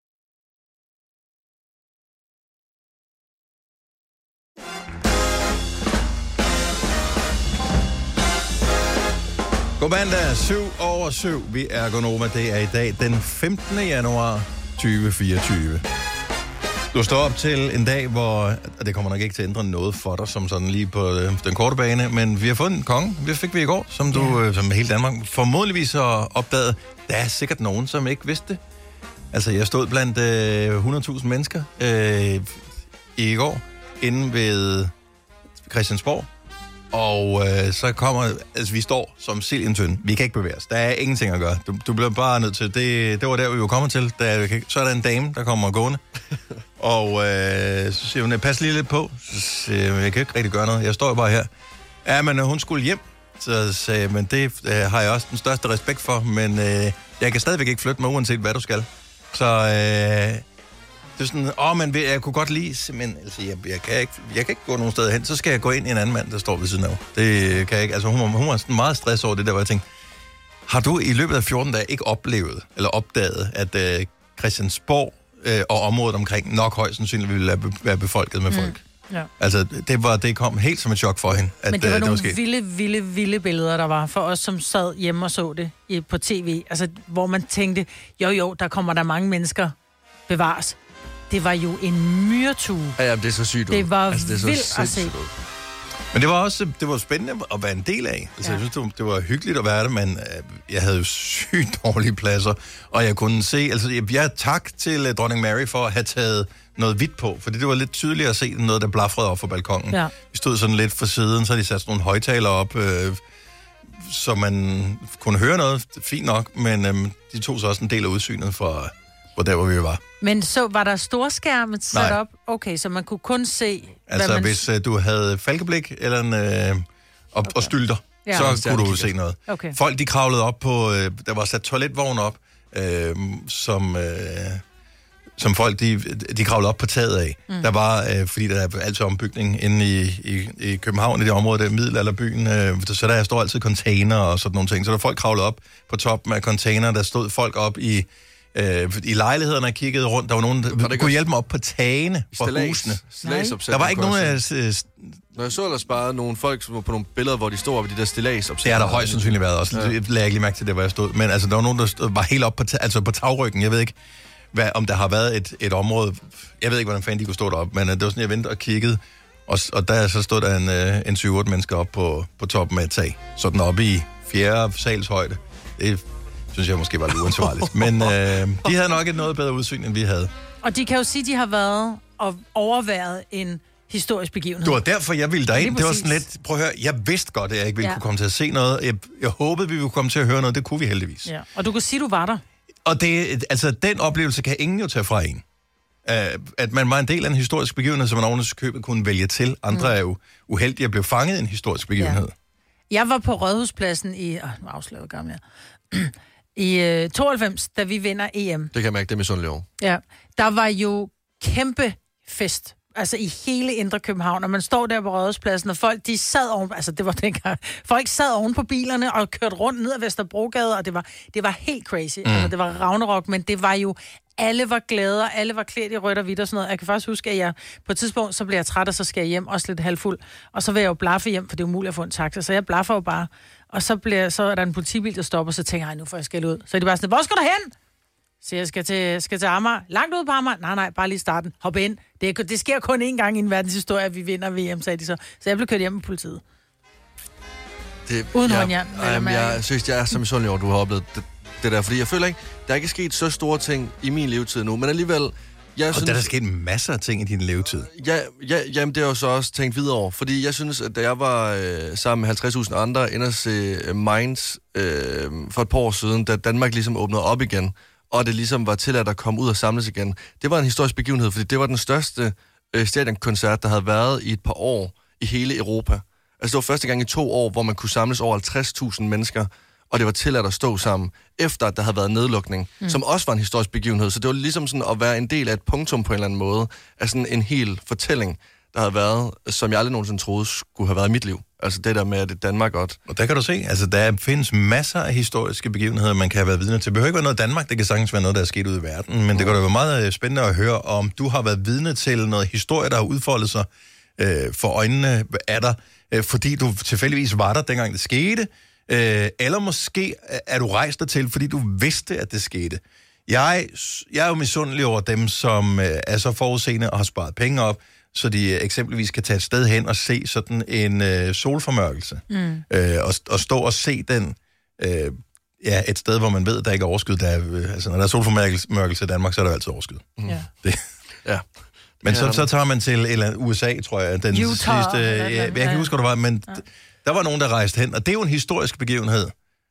God mandag, 7:07. Vi er Gonova. Det er i dag den 15. januar 2024. Du står op til en dag, hvor, og det kommer nok ikke til at ændre noget for dig, som sådan lige på den korte bane, men vi har fundet en konge. Det fik vi i går, som du, som hele Danmark formodentligvis har opdaget. Der er sikkert nogen, som ikke vidste det. Altså, jeg stod blandt 100.000 mennesker i går, inde ved Christiansborg. Og så kommer, altså vi står som sild i en tønde. Vi kan ikke bevæge os. Der er ingenting at gøre. Du bliver bare nødt til, det var der, vi var kommet til. Så er der en dame, der kommer gående. Og så siger hun, pas lige lidt på. Så siger jeg kan ikke rigtig gøre noget. Jeg står jo bare her. Ja, men hun skulle hjem. Så sagde jeg, men det har jeg også den største respekt for. Men jeg kan stadigvæk ikke flytte mig, uanset hvad du skal. Så det er sådan, men jeg kunne godt lide, men altså, jeg kan ikke gå nogen steder hen, så skal jeg gå ind i en anden mand, der står ved siden af. Det kan jeg ikke. Altså, hun var sådan meget stress over det der, hvor jeg tænkte, har du i løbet af 14 dage ikke oplevet, eller opdaget, at Christiansborg og området omkring nok højst sandsynligt ville være befolket med folk? Ja. Altså, det kom helt som et chok for hende, at men det var nogle vilde billeder, der var for os, som sad hjemme og så det på tv. Altså, hvor man tænkte, jo, der kommer der mange mennesker bevares. Det var jo en myretue. Ja, det er så sygt. Det var vildt at se. Men det var spændende at være en del af. Altså, jeg synes, det var hyggeligt at være det, men jeg havde jo sygt dårlige pladser, og jeg kunne se, altså jeg tak til dronning Mary for at have taget noget hvidt på, fordi det var lidt tydeligt at se noget, der blafrede op for balkongen. Ja. Vi stod sådan lidt for siden, så de satte sådan nogle højtalere op, så man kunne høre noget, fint nok, men de tog så også en del af udsynet for der, hvor vi var. Men så var der storskærmet sat op? Okay, så man kunne kun se... Altså, hvis du havde falkeblik eller og stylter, så kunne du se noget. Okay. Folk, de kravlede op på... der var sat toiletvogn op, som folk, de kravlede op på taget af. Der var, fordi der er altid ombygning inde i København, i det område, der middelalderbyen, så der står altid container og sådan nogle ting. Så der folk kravlede op på toppen af container, der stod folk op i lejlighederne og kiggede rundt. Der var nogen, der kunne hjælpe mig op på tagene fra husene. Der var ikke nogen af... Når jeg så ellers bare nogle folk som var på nogle billeder, hvor de stod oppe i de der stillagsopsætninger. Det har der højst sandsynligt været også. Ja. Jeg lagde ikke lige mærke til det, hvor jeg stod. Men altså, der var nogen, der var helt op på tagryggen. Jeg ved ikke, om der har været et område... Jeg ved ikke, hvordan fanden de kunne stå deroppe, men det var sådan, jeg ventede og kiggede. Og der så stod der en 7-8 mennesker op på toppen af et tag. Sådan oppe i 4. sals højde. Det synes jeg måske var lidt uansvarligt. Men de havde nok et noget bedre udsyn, end vi havde. Og de kan jo sige, at de har været og overværet en historisk begivenhed. Det var derfor, jeg ville derind. Det var sådan lidt, prøv at høre, jeg vidste godt, at jeg ikke ville kunne komme til at se noget. Jeg håbede, vi ville komme til at høre noget. Det kunne vi heldigvis. Ja. Og du kunne sige, du var der. Og den oplevelse kan ingen jo tage fra en. At man var en del af en historisk begivenhed, som man ovenikøbet købet kunne vælge til. Andre er jo uheldige at blive fanget i en historisk begivenhed. Ja. Jeg var på Rådhuspladsen i... nu afslører jeg gammel i 92, da vi vinder EM. Det kan jeg mærke, det med sådan lidt over. Ja, der var jo kæmpe fest Altså i hele Indre København, og man står der på Rådhuspladsen, og folk, de sad oven, altså det var dengang, folk sad oven på bilerne og kørte rundt ned ad Vesterbrogade, og det var helt crazy. Altså det var ragnarok, men det var jo, alle var glade, og alle var klædt i rødt og hvidt og sådan noget. Jeg kan faktisk huske, at jeg på et tidspunkt, så bliver jeg træt, og så skal jeg hjem, også lidt halvfuld, og så vil jeg jo blaffe hjem, for det er umuligt at få en taxa, så jeg blaffer jo bare, og så er der en politibil, der stopper, og så tænker jeg, nu får jeg skæld ud. Så er de bare sådan, hvor skal du hen? Så jeg skal til Amager. Langt ud på Amager? Nej, bare lige starten. Hop ind. Det sker kun én gang i en verdenshistorie, at vi vinder VM, sagde de så. Så jeg blev kørt hjem med politiet. Uden håndjern. Jeg synes, jeg er så misundelig over, du har oplevet det der. Fordi jeg føler ikke, der er ikke sket så store ting i min levetid nu. Men alligevel... Der er sket masser af ting i din levetid. Jamen, det har jeg så også tænkt videre over. Fordi jeg synes, at da jeg var sammen med 50.000 andre inde at se Mainz for et par år siden, da Danmark ligesom åbnede op igen, og det ligesom var tilladt at komme ud og samles igen. Det var en historisk begivenhed, fordi det var den største stadionkoncert, der havde været i et par år i hele Europa. Altså det var første gang i 2 år, hvor man kunne samles over 50.000 mennesker, og det var tilladt at stå sammen, efter at der havde været nedlukning, som også var en historisk begivenhed. Så det var ligesom sådan at være en del af et punktum på en eller anden måde, af sådan en hel fortælling, der havde været, som jeg aldrig nogensinde troede skulle have været i mit liv. Altså det der med, at det Danmark godt. Og der kan du se, altså der findes masser af historiske begivenheder, man kan have været vidne til. Det behøver ikke være noget Danmark, det kan sagtens være noget, der er sket ude i verden, men det kan da være meget spændende at høre, om du har været vidne til noget historie, der har udfoldet sig for øjnene af dig, fordi du tilfældigvis var der, dengang det skete, eller måske er du rejst dig til, fordi du vidste, at det skete. Jeg er jo misundelig over dem, som er så forudseende og har sparet penge op, så de eksempelvis kan tage et sted hen og se sådan en solformørkelse. Og stå og se den et sted, hvor man ved, at der ikke er overskud. Altså, når der er solformørkelse i Danmark, så er der altid overskud. Ja. Men så tager man til eller USA, tror jeg, den Utah, sidste... jeg kan huske, hvor det var, men der var nogen, der rejste hen, og det er jo en historisk begivenhed.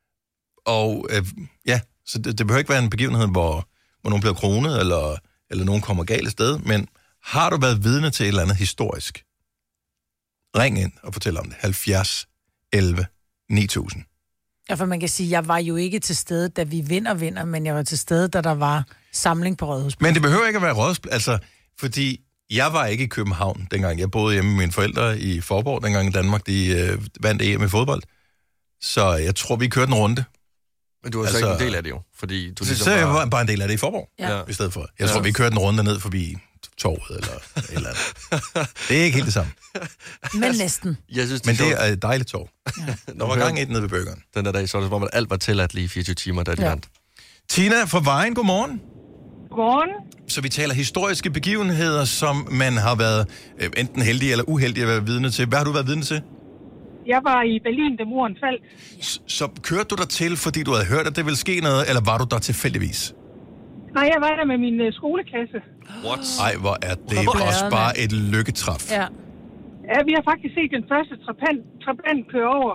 Og så det behøver ikke være en begivenhed, hvor nogen bliver kronet, eller nogen kommer galt sted, men har du været vidne til et eller andet historisk? Ring ind og fortæl om det. 70 11 9000. Ja, for man kan sige, jeg var jo ikke til stede, da vi vinder, men jeg var til stede, da der var samling på Rådhuspladsen. Men det behøver ikke at være Rådhuspladsen, altså, fordi jeg var ikke i København, dengang jeg boede hjemme med mine forældre i Forborg, dengang Danmark de vandt EM i fodbold. Så jeg tror, vi kørte en runde. Men du var altså ikke en del af det jo, fordi du ligesom jeg var bare en del af det i Forborg, i stedet for. Jeg tror, vi kørte en runde ned forbi torvet eller et eller andet. Det er ikke helt det samme. Men næsten. Men det er et dejligt torv. Der var gang et nede ved burgeren. Den der dag, så det, hvor man alt var tilladt lige 24 timer, da de vandt. Tina fra Vejen, godmorgen. Godmorgen. Så vi taler historiske begivenheder, som man har været enten heldig eller uheldig at være vidne til. Hvad har du været vidne til? Jeg var i Berlin, da muren faldt. Så kørte du der til, fordi du havde hørt, at det ville ske noget, eller var du der tilfældigvis? Nej, jeg var der med min skoleklasse. What? Ej, hvor er det også bare et lykketræf. Ja, vi har faktisk set den første trabant køre over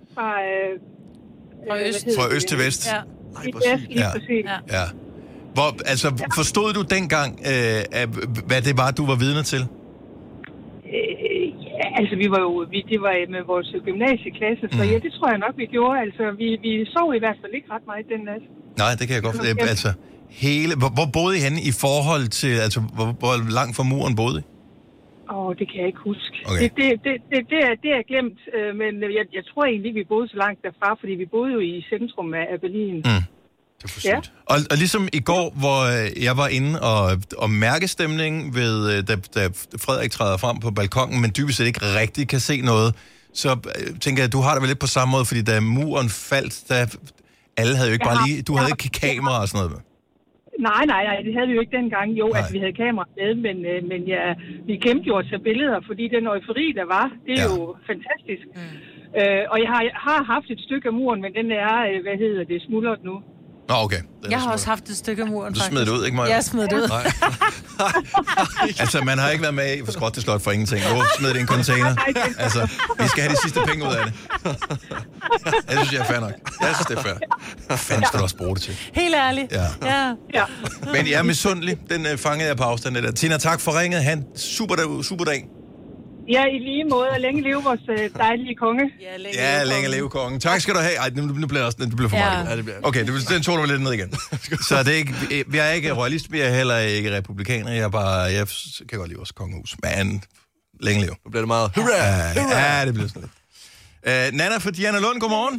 fra øst til vest. Ja. Ja. Forstod du dengang, hvad det var, du var vidne til? Altså, det var med vores gymnasieklasse, så ja, det tror jeg nok, vi gjorde. Altså, vi sov i hvert fald ikke ret meget den nat. Nej, det kan jeg godt forstå. Altså, hvor boede I henne i forhold til, altså, hvor langt fra muren boede I? Det kan jeg ikke huske. Okay. Det er glemt, men jeg tror egentlig, vi boede så langt derfra, fordi vi boede jo i centrum af Berlin. Det er for sygt. Og ligesom i går, hvor jeg var inde og mærke stemningen ved, da Frederik træder frem på balkongen, men dybest set ikke rigtig kan se noget, så tænker jeg, at du har det vel lidt på samme måde, fordi da muren faldt, alle havde jo ikke bare lige... Du havde ikke kamera og sådan noget. Nej, det havde vi jo ikke dengang. Jo, at vi havde kamera med, men vi glemte jo at tage billeder, fordi den eufori, der var, det er jo fantastisk. Og jeg har haft et stykke af muren, men den er, smuldret nu. Nå, okay. Jeg har også haft et stykke af muren, faktisk. Du smed det ud, ikke Maja? Jeg smed det ud. Altså, man har ikke været med i for skråt til slot for ingenting. Nu smed det i en container. Altså, vi skal have de sidste penge ud af det. Jeg synes, jeg er fair nok. Jeg synes, det er fair. Hvad fanden skal du også bruge det til? Helt ærligt. Ja. Men jeg er misundelig. Den fangede jeg på afstand. Tina, tak for ringet. Ha' en super dag. Ja, i lige måde. Og længe leve vores dejlige konge. Ja, længe leve kongen. Tak skal du have. Ej, nu bliver det for meget. Ja, det bliver. Okay, den tog du lidt ned igen. Så det er ikke, jeg er ikke royalist, jeg er heller ikke republikaner. Jeg kan godt lide vores kongehus. Men længe leve. Nu bliver det meget... Hurra! Ja, det bliver sådan lidt. Nana fra Diana Lund, godmorgen.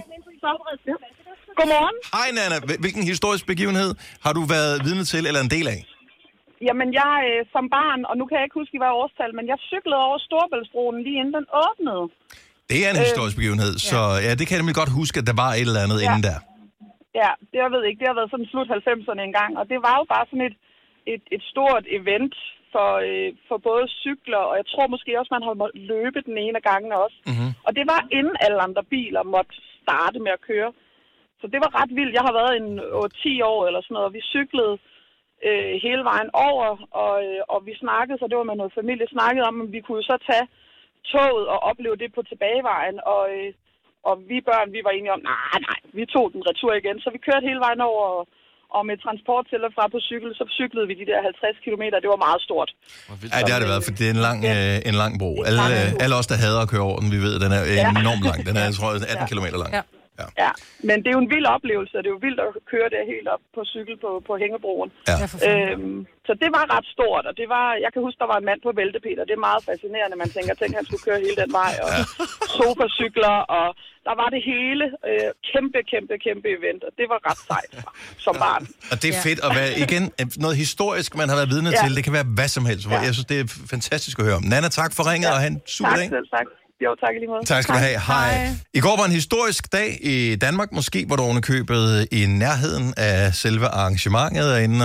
Godmorgen. Hej Nana. Hvilken historisk begivenhed har du været vidne til eller en del af? Jamen, jeg som barn, og nu kan jeg ikke huske, hvad årstal, men jeg cyklede over Storebæltsbroen lige inden den åbnede. Det er en historisk begivenhed, så ja, det kan jeg nemlig godt huske, at der var et eller andet inden der. Ja, det jeg ved ikke. Det har været sådan slut 90'erne en gang, og det var jo bare sådan et stort event for både cykler, og jeg tror måske også, man har måttet løbe den ene af gangene også. Mm-hmm. Og det var inden alle andre biler måtte starte med at køre. Så det var ret vildt. Jeg har været 10 år eller sådan noget, og vi cyklede hele vejen over, og vi snakkede, så det var med noget familie, snakkede om, at vi kunne så tage toget og opleve det på tilbagevejen, og vi børn, vi var enige om, nej, vi tog den retur igen, så vi kørte hele vejen over, og med transport til og fra på cykel, så cyklede vi de der 50 kilometer, det var meget stort. Ja, det har det været, for det er en lang bro. Alle os, der hader at køre over den, vi ved, den er enormt lang. Den er, jeg tror, 18 kilometer lang. Ja, men det er jo en vild oplevelse, og det er jo vildt at køre der helt op på cykel på Hængebroen. Ja. Så det var ret stort, og det var, jeg kan huske, der var en mand på Bæltepeter, det er meget fascinerende, man tænker, han skulle køre hele den vej, og sofacykler, og der var det hele, kæmpe event, og det var ret sejt som barn. Og det er fedt at være, igen, noget historisk, man har været vidne til, det kan være hvad som helst, jeg synes, det er fantastisk at høre om. Nana, tak for ringet, og have en super dag. Tak. Jo, tak lige måde. Tak skal du have. Hej. I går var en historisk dag i Danmark, måske, hvor du ovenikøbet i nærheden af selve arrangementet er inde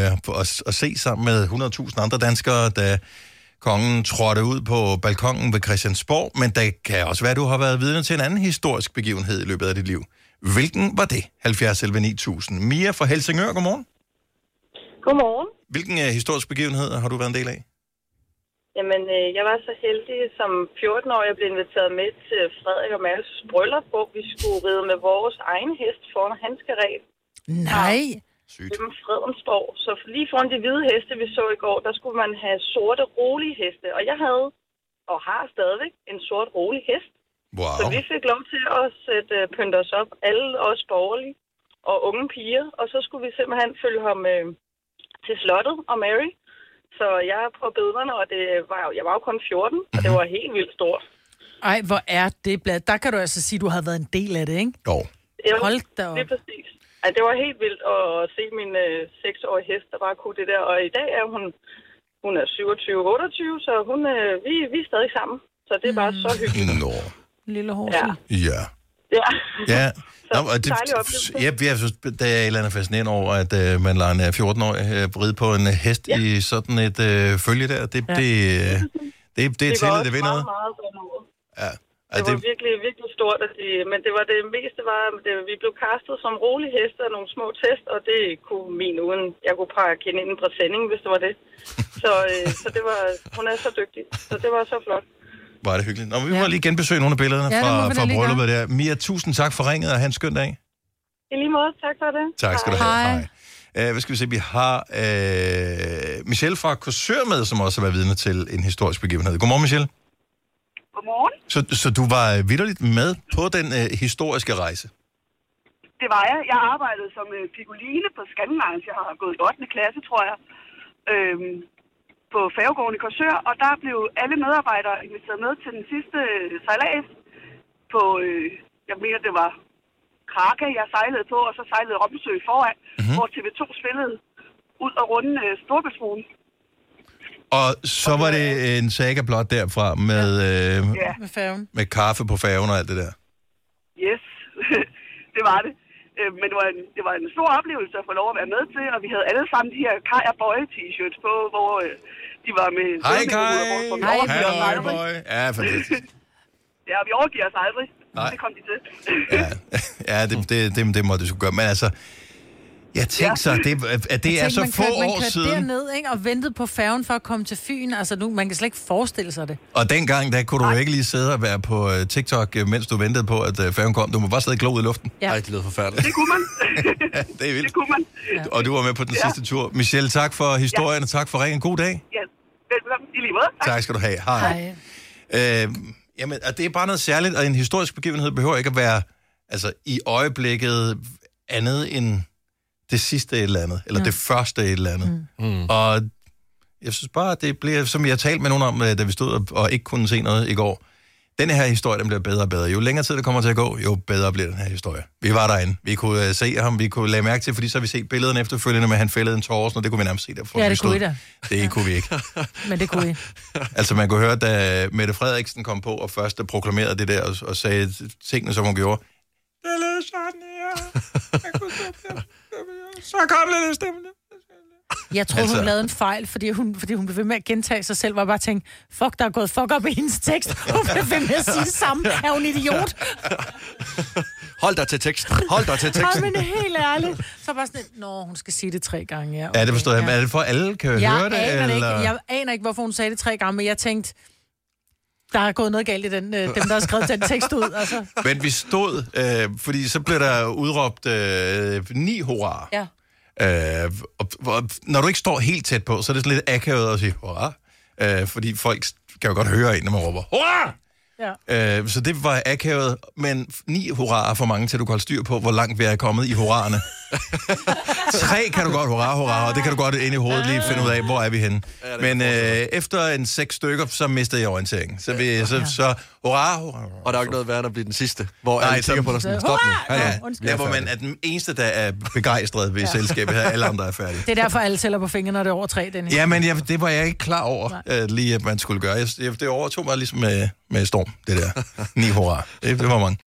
og se sammen med 100.000 andre danskere, da kongen trådte ud på balkongen ved Christiansborg. Men der kan også være, at du har været vidne til en anden historisk begivenhed i løbet af dit liv. Hvilken var det? 70 11 9000. Mia fra Helsingør, godmorgen. Godmorgen. Hvilken historisk begivenhed har du været en del af? Jamen, jeg var så heldig som 14-årig, jeg blev inviteret med til Frederik og Malses bryllup, hvor vi skulle ride med vores egen hest foran Hanskeret. Nej! Sygt. Fredensborg. Så lige foran de hvide heste, vi så i går, der skulle man have sorte, rolige heste. Og jeg havde, og har stadigvæk, en sort, rolig hest. Wow. Så vi fik lov til at sætte pynte os op, alle os borgerlige og unge piger. Og så skulle vi simpelthen følge ham til slottet og Mary. Så jeg er på billederne, og jeg var jo kun 14, og det var helt vildt stort. Ej, hvor er det blad. Der kan du altså sige, at du har været en del af det, ikke? Jo. Hold da op. Det er præcis. Ej, det var helt vildt at se min 6-årige hest, der bare kunne det der. Og i dag er hun er 27-28, så vi er stadig sammen. Så det er bare så hyggeligt. Nå. Lille Horsi. Ja. Ja. Jeg synes, der er et eller andet fascinerende over, at man lader en 14-årig ride på en hest i sådan et følge der. Det er tillid, det ved noget. Ja. Det var virkelig, virkelig stort, men det var det meste vi blev kastet som rolige heste og nogle små test, og det kunne jeg kunne pakke hende ind en præsending, hvis det var det. Så det var, hun er så dygtig, så det var så flot. Var det hyggeligt. Nå, vi må lige genbesøge nogle af billederne fra brylluppet der. Mia, tusind tak for ringet, og have en skøn dag. I lige måde, tak for det. Tak skal du have. Hej. Hvad skal vi se? Vi har Michelle fra Korsør med, som også har været vidne til en historisk begivenhed. Godmorgen, Michelle. Godmorgen. Så du var vitterligt med på den historiske rejse? Det var jeg. Jeg arbejdede som figuline på Scandlines. Jeg har gået i 8. klasse, tror jeg. På færgegården i Korsør, og der blev alle medarbejdere inviteret med til den sidste sejlads på, jeg mener det var Krake, jeg sejlede på, og så sejlede Romsø foran, hvor TV2 spillede ud og runde Storebæltsbroen. Og så var det en saga blot derfra med, med færgen. Med kaffe på færgen og alt det der. Yes, det var det. Men det var en stor oplevelse at få lov at være med til, og vi havde alle sammen de her Kaja Boy t-shirts på, hvor de var med... Hej Kaj! Hej Boy! Ja, fantastisk. Ja, vi overgiver os aldrig. Nej. Det kom de til. Det må det skulle gøre. Men altså, jeg tænkte så, at det er så få år siden. Man kørte derned, ikke, og ventede på færgen for at komme til Fyn. Altså nu, man kan slet ikke forestille sig det. Og dengang, der kunne du ikke lige sidde og være på TikTok, mens du ventede på, at færgen kom. Du må bare sidde og glo ud i luften. Ja. Ej, det lød forfærdeligt. Det kunne man. Ja, det er vildt. Det kunne man. Ja. Og du var med på den sidste tur. Michelle, tak for historien, og tak for ringen. God dag. Ja, velkommen. I lige måde. Tak skal du have. Hej. Jamen, det er bare noget særligt, og en historisk begivenhed behøver ikke at være i øjeblikket andet end det sidste et eller andet, eller det første et eller andet. Og jeg synes bare, det bliver, som jeg talte med nogen om, da vi stod og ikke kunne se noget i går, den her historie, den bliver bedre og bedre. Jo længere tid det kommer til at gå, jo bedre bliver den her historie. Vi var derinde. Vi kunne se ham, vi kunne lade mærke til, fordi så har vi set billederne efterfølgende med, at han fældede en tårer, og det kunne vi nærmest se derfra. Ja, det kunne vi da. Det kunne vi ikke. Men det kunne vi. Altså, man kunne høre, da Mette Frederiksen kom på og først proklamerede det der og sagde tingene, som hun gjorde. Det er sådan her. Så kom lidt stemmende. Jeg tror, hun lavede en fejl, fordi hun blev ved med at gentage sig selv, hvor jeg bare tænkte, fuck, der er gået fuck op i hendes tekst. Hun blev ved med at sige det samme. Er hun idiot? Hold dig til teksten. Hold dig til teksten. Men helt ærligt. Så bare sådan, hun skal sige det 3 gange. Ja, okay. Ja, det forstår jeg. Men er det for alle kan høre det? Jeg aner ikke, hvorfor hun sagde det 3 gange, men jeg tænkte, der er gået noget galt i dem, der har skrevet den tekst ud. Altså. Men vi stod, fordi så blev der udråbt 9 hurraer. Ja. Og når du ikke står helt tæt på, så er det sådan lidt akavet at sige hurra. Fordi folk kan jo godt høre en, når man råber hurra! Ja. Så det var akavet, men 9 hurraer for mange til, du kan holde styr på, hvor langt vi er kommet i hurraerne. 3 kan du godt hurra, og det kan du godt ind i hovedet lige finde ud af, hvor er vi henne. Men efter en 6 stykker, så mistede jeg orienteringen. Så hurra. Og der er ikke noget værd at blive den sidste, hvor alle tænker på dig sådan, stop nu. Ja, hvor man er den eneste, der er begejstret ved selskabet her, alle andre er færdige. Det er derfor, alle tæller på fingrene, når det er over 3, Dennis. Ja, men det var jeg ikke klar over, lige at man skulle gøre. Det overtog mig ligesom med storm, det der. 9 hurra. Det var mange.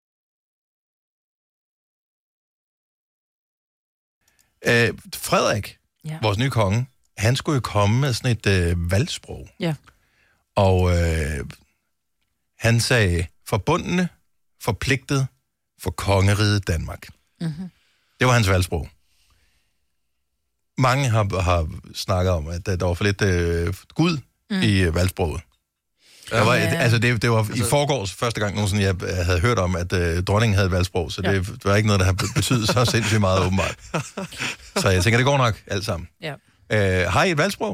Frederik, vores nye konge, han skulle jo komme med sådan et valgsprog. Ja. Og han sagde, forbundne, forpligtet for kongeriget Danmark. Mm-hmm. Det var hans valgsprog. Mange har snakket om, at der var for lidt Gud i valgsproget. Det var i forgårs første gang nogensinde, jeg havde hørt om, at dronningen havde et valgsprog, så det var ikke noget, der har betydet så sindssygt meget åbenbart. Så jeg tænker, det går nok alt sammen. Ja. Har I et valgsprog?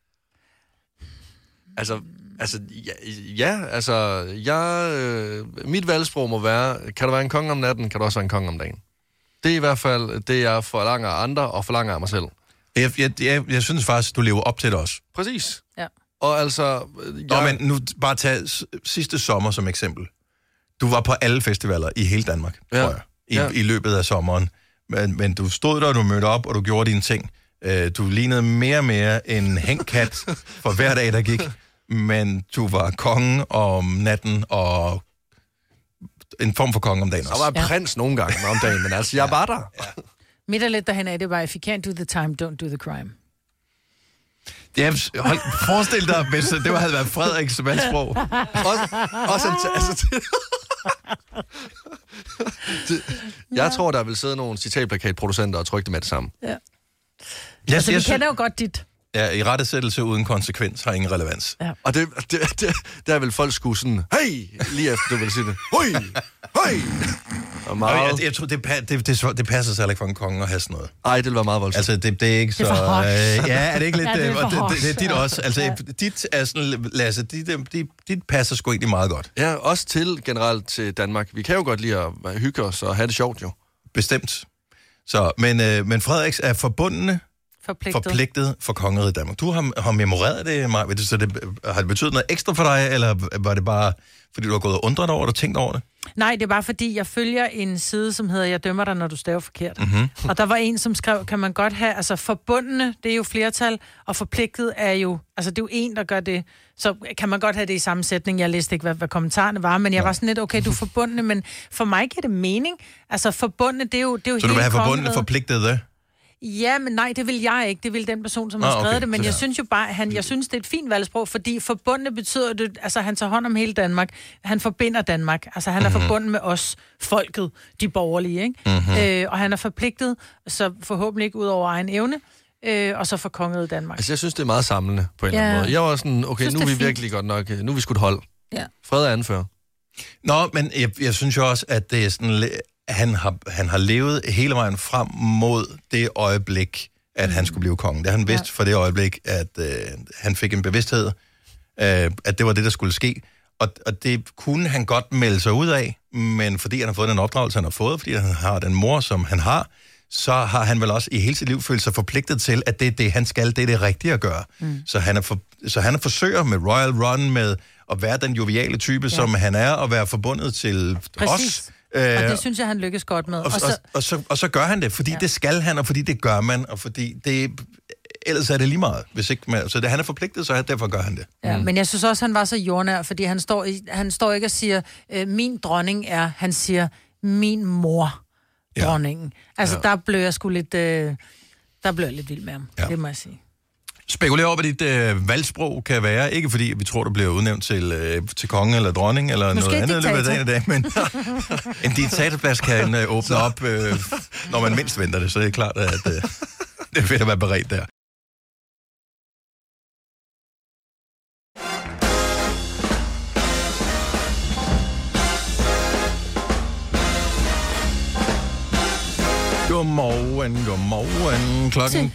Mit valgsprog må være, kan du være en konge om natten, kan du også være en konge om dagen. Det er i hvert fald det, jeg forlanger af andre og forlanger af mig selv. Jeg synes faktisk, du lever op til det også. Præcis. Ja. Og altså... Men nu bare tag sidste sommer som eksempel. Du var på alle festivaler i hele Danmark, tror jeg, i løbet af sommeren. Men du stod der, og du mødte op, og du gjorde dine ting. Du lignede mere og mere en hængkat for hver dag, der gik. Men du var konge om natten, og en form for konge om dagen også. Så var jeg prins nogle gange om dagen, men altså, jeg var der. Ja. Midt og lidt derhen af, det var, if you can't do the time, don't do the crime. Forestil dig, hvis det havde været Frederiks valgsprog. Jeg tror, der vil sidde nogle citatplakatproducenter og trykke det med det samme. Ja. Altså, vi kender jo godt dit. Ja, i rettesættelse uden konsekvens har ingen relevans. Ja. Og der vil folk skulle sådan, hey, lige efter du vil sige det. Hej! Og meget... Jeg tror, det passer sig ikke for en konge at have sådan noget. Ej, det vil være meget voldsomt. Altså, det er ikke så... er det ikke lidt... det er dit også. Altså, dit er sådan, Lasse, dit passer sgu egentlig meget godt. Ja, også generelt til Danmark. Vi kan jo godt lide at hygge os og have det sjovt, jo. Bestemt. Så, men Frederiks er forbundne forpligtet for kongeriget Danmark. Du har memoreret det, Maja, så har det betydet noget ekstra for dig, eller var det bare, fordi du har gået og undret over det og tænkt over det? Nej, det er bare fordi, jeg følger en side, som hedder, jeg dømmer dig, når du staver forkert. Mm-hmm. Og der var en, som skrev, kan man godt have, altså forbundne, det er jo flertal, og forpligtet er jo, altså det er jo en, der gør det, så kan man godt have det i samme sætning. Jeg læste ikke, hvad kommentarerne var, men jeg var sådan lidt, okay, du er forbundne, men for mig giver det mening. Altså forbundne, det er jo så du vil have forbundne forpligtet? Ja, men nej, det vil jeg ikke. Det vil den person, som har skrevet det. Men jeg synes jo bare, jeg synes, det er et fint valgsprog, fordi forbundne betyder det, altså han tager hånd om hele Danmark. Han forbinder Danmark. Altså han er forbundet med os, folket, de borgerlige, ikke? Mm-hmm. Og han er forpligtet, så forhåbentlig ikke ud over egen evne, og så for kongeriget Danmark. Altså jeg synes, det er meget samlende på en eller anden måde. Jeg var sådan, okay, nu er vi virkelig godt nok, nu er vi skudt hold. Ja. Fred er anfører. Nå, men jeg synes jo også, at det er sådan... Han har levet hele vejen frem mod det øjeblik, at han skulle blive konge. Det han vidste for det øjeblik, at han fik en bevidsthed, at det var det, der skulle ske. Og det kunne han godt melde sig ud af, men fordi han har fået den opdragelse, han har fået, fordi han har den mor, som han har, så har han vel også i hele sit liv følt sig forpligtet til, at det er det, han skal, det er det rigtige at gøre. Så han er forsøger med Royal Run, med at være den joviale type, som han er, og være forbundet til os. Og det synes jeg, han lykkes godt med. Og så gør han det, fordi det skal han, og fordi det gør man, og fordi det... Ellers er det lige meget, hvis ikke man... Så han er forpligtet, så derfor gør han det. Ja, men jeg synes også, han var så jordnær, fordi han står ikke og siger, min dronning er... Han siger, min mor, dronningen. Altså, der blev jeg sgu lidt... Der blev jeg lidt vild med ham, det må jeg sige. Spekulér over, hvad dit valgsprog kan være. Ikke fordi vi tror, du bliver udnævnt til konge eller dronning, eller måske noget andet i løbet af dagen i dag, men en diktatorplads kan åbne op, når man mindst venter det, så det er klart, at det er fedt at være beredt der. Godmorgen. Klokken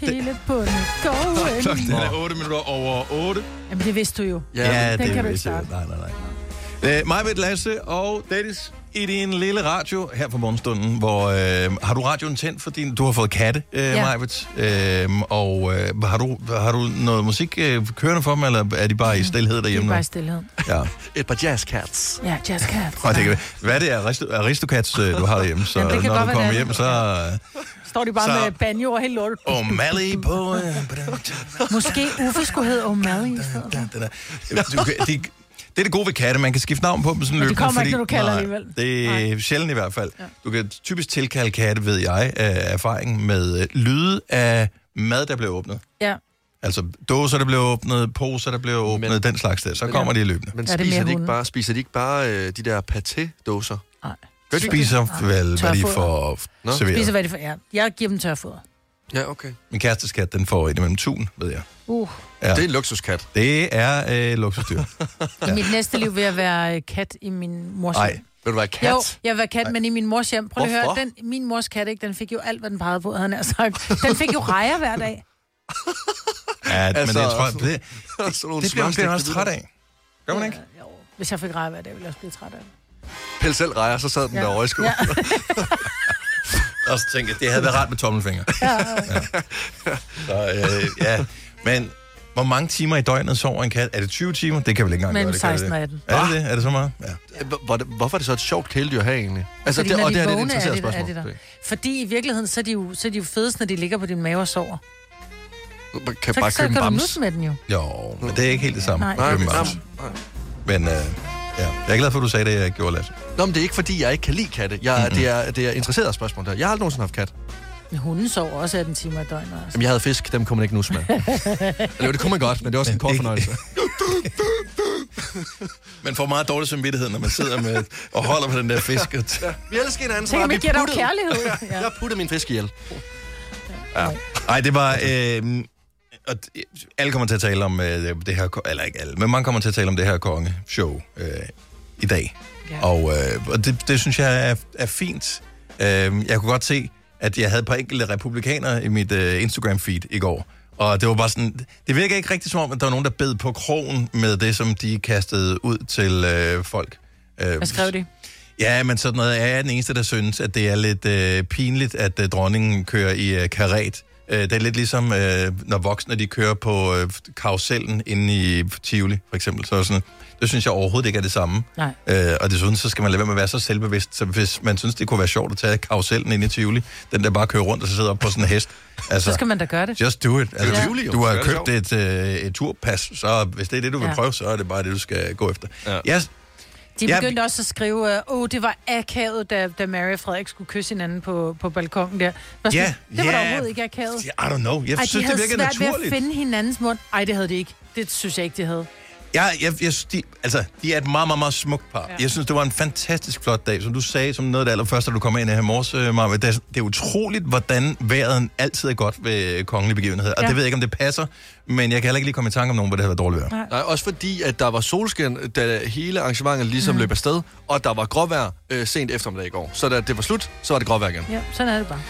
er 8 minutter over 8. Jamen, det vidste du jo. Ja, den det kan du ikke vidste jeg. starte. Nej. Mig, Lasse og Dennis i din lille radio her på morgenstunden, hvor har du radioen tændt, fordi du har fået katte, Majbet? Og har du noget musik kørende for dem, eller er de bare i stilhed derhjemme? De er bare i stilhed. Ja. Et par jazzcats. Ja, jazzcats. Hvad er det? Aristocats, du har derhjemme? Så når du kommer hjem, så... Står de bare med banjo og helt lort. O'Malley på... Måske Uffe skulle hedde O'Malley. Det er det gode ved katte. Man kan skifte navn på dem sådan løbende. Det kommer ikke, når du kalder alligevel. Det er sjældent i hvert fald. Ja. Du kan typisk tilkalde katte, ved jeg, af erfaring med lyde af mad, der bliver åbnet. Ja. Altså dåser, der bliver åbnet, poser, der bliver åbnet, den slags der. Så kommer de løbende. Men spiser de ikke bare de der paté-dåser? Nej. De spiser vel, hvad de får serveret. Spiser, hvad de får, ja. Jeg giver dem tørfoder. Ja, okay. Min kærestes kat, den får indimellem tun, ved jeg. Ja. Det er en luksuskat. Det er luksusdyr. I mit næste liv vil jeg være kat i min mors hjem. Nej, vil du være kat? Jo, jeg vil være kat, men i min mors hjem. Prøv lige at høre, min mors kat, ikke, den fik jo alt, hvad den pegede på, havde han sagt. Den fik jo rejer hver dag. Ja, men det tror jeg, det bliver man også træt af. Gør man ikke? Jo, hvis jeg fik rejer hver dag, ville jeg også blive træt af det. Pæl selv rejer, så sad den derovre i skolen. Og så tænkte jeg, det havde været rart med tommelfinger. Så men hvor mange timer i døgnet sover en kat? Er det 20 timer? Det kan vel ikke engang mellem gøre. 16 og 18. Er det det? Er det så meget? Ja. Hvorfor er det så et sjovt kæledyr at have egentlig? Altså, fordi det er et interesseret spørgsmål. Fordi i virkeligheden, så er de jo fedest, når de ligger på din mave og sover. Så kan du nusse med den jo. Jo, men det er ikke helt det samme. Nej. Men jeg er glad for, at du sagde det, jeg gjorde, Lasse. Nå, men det er ikke, fordi jeg ikke kan lide katte. Det er interesseret spørgsmål der. Jeg har aldrig nogensinde haft kat. Hunden sover også 18 timer i døgnet. Altså. Jamen, jeg havde fisk, dem kunne man ikke nusse med. Eller det kunne man godt, men det er også en kort fornøjelse. Man får meget dårlig samvittighed, når man sidder med og holder på den der fisk. Vi elsker hinanden, så vi giver dig kærlighed. Jeg puttede min fisk ihjel. Ja. Ej, det var... alle kommer til at tale om det her... Eller ikke alle, men mange kommer til at tale om det her kongeshow i dag. Ja. Og det synes jeg er fint. Jeg kunne godt se, at jeg havde et par enkelte republikanere i mit Instagram-feed i går. Og det var bare sådan... Det virker ikke rigtig som om, at der var nogen, der bed på krogen med det, som de kastede ud til folk. Hvad skrev de? Ja, men sådan noget. Jeg er den eneste, der synes, at det er lidt pinligt, at dronningen kører i karet. Det er lidt ligesom, når voksne de kører på karusellen inde i Tivoli, for eksempel. Så sådan, det synes jeg overhovedet ikke er det samme. Nej. Og desuden, så skal man lade være med at være så selvbevidst. Så hvis man synes, det kunne være sjovt at tage karusellen inde i Tivoli, den der bare kører rundt og så sidder op på sådan en hest. Altså, så skal man da gøre det. Just do it. Altså, du har købt et turpas, så hvis det er det, du vil prøve, så er det bare det, du skal gå efter. Ja. De begyndte også at skrive, det var akavet, da Mary og Frederik skulle kysse hinanden på balkongen der. Det var da overhovedet ikke akavet. I don't know. Jeg synes, det virker naturligt. De havde svært ved at finde hinandens mund. Ej, det havde de ikke. Det synes jeg ikke, de havde. Jeg synes, de er et meget, meget, meget smukt par. Ja. Jeg synes, det var en fantastisk flot dag, som du sagde, som noget af det allerførste, da du kom ind her i morges, Marve. Det er utroligt, hvordan vejret altid er godt ved kongelige begivenheder. Og det ved jeg ikke, om det passer, men jeg kan heller ikke lige komme i tanke om nogen, hvor det havde været dårligt vejr. Nej, også fordi, at der var solskin, da hele arrangementet ligesom løb afsted, og der var gråvejr sent eftermiddag i går. Så da det var slut, så var det gråvejr igen. Ja, sådan er det bare.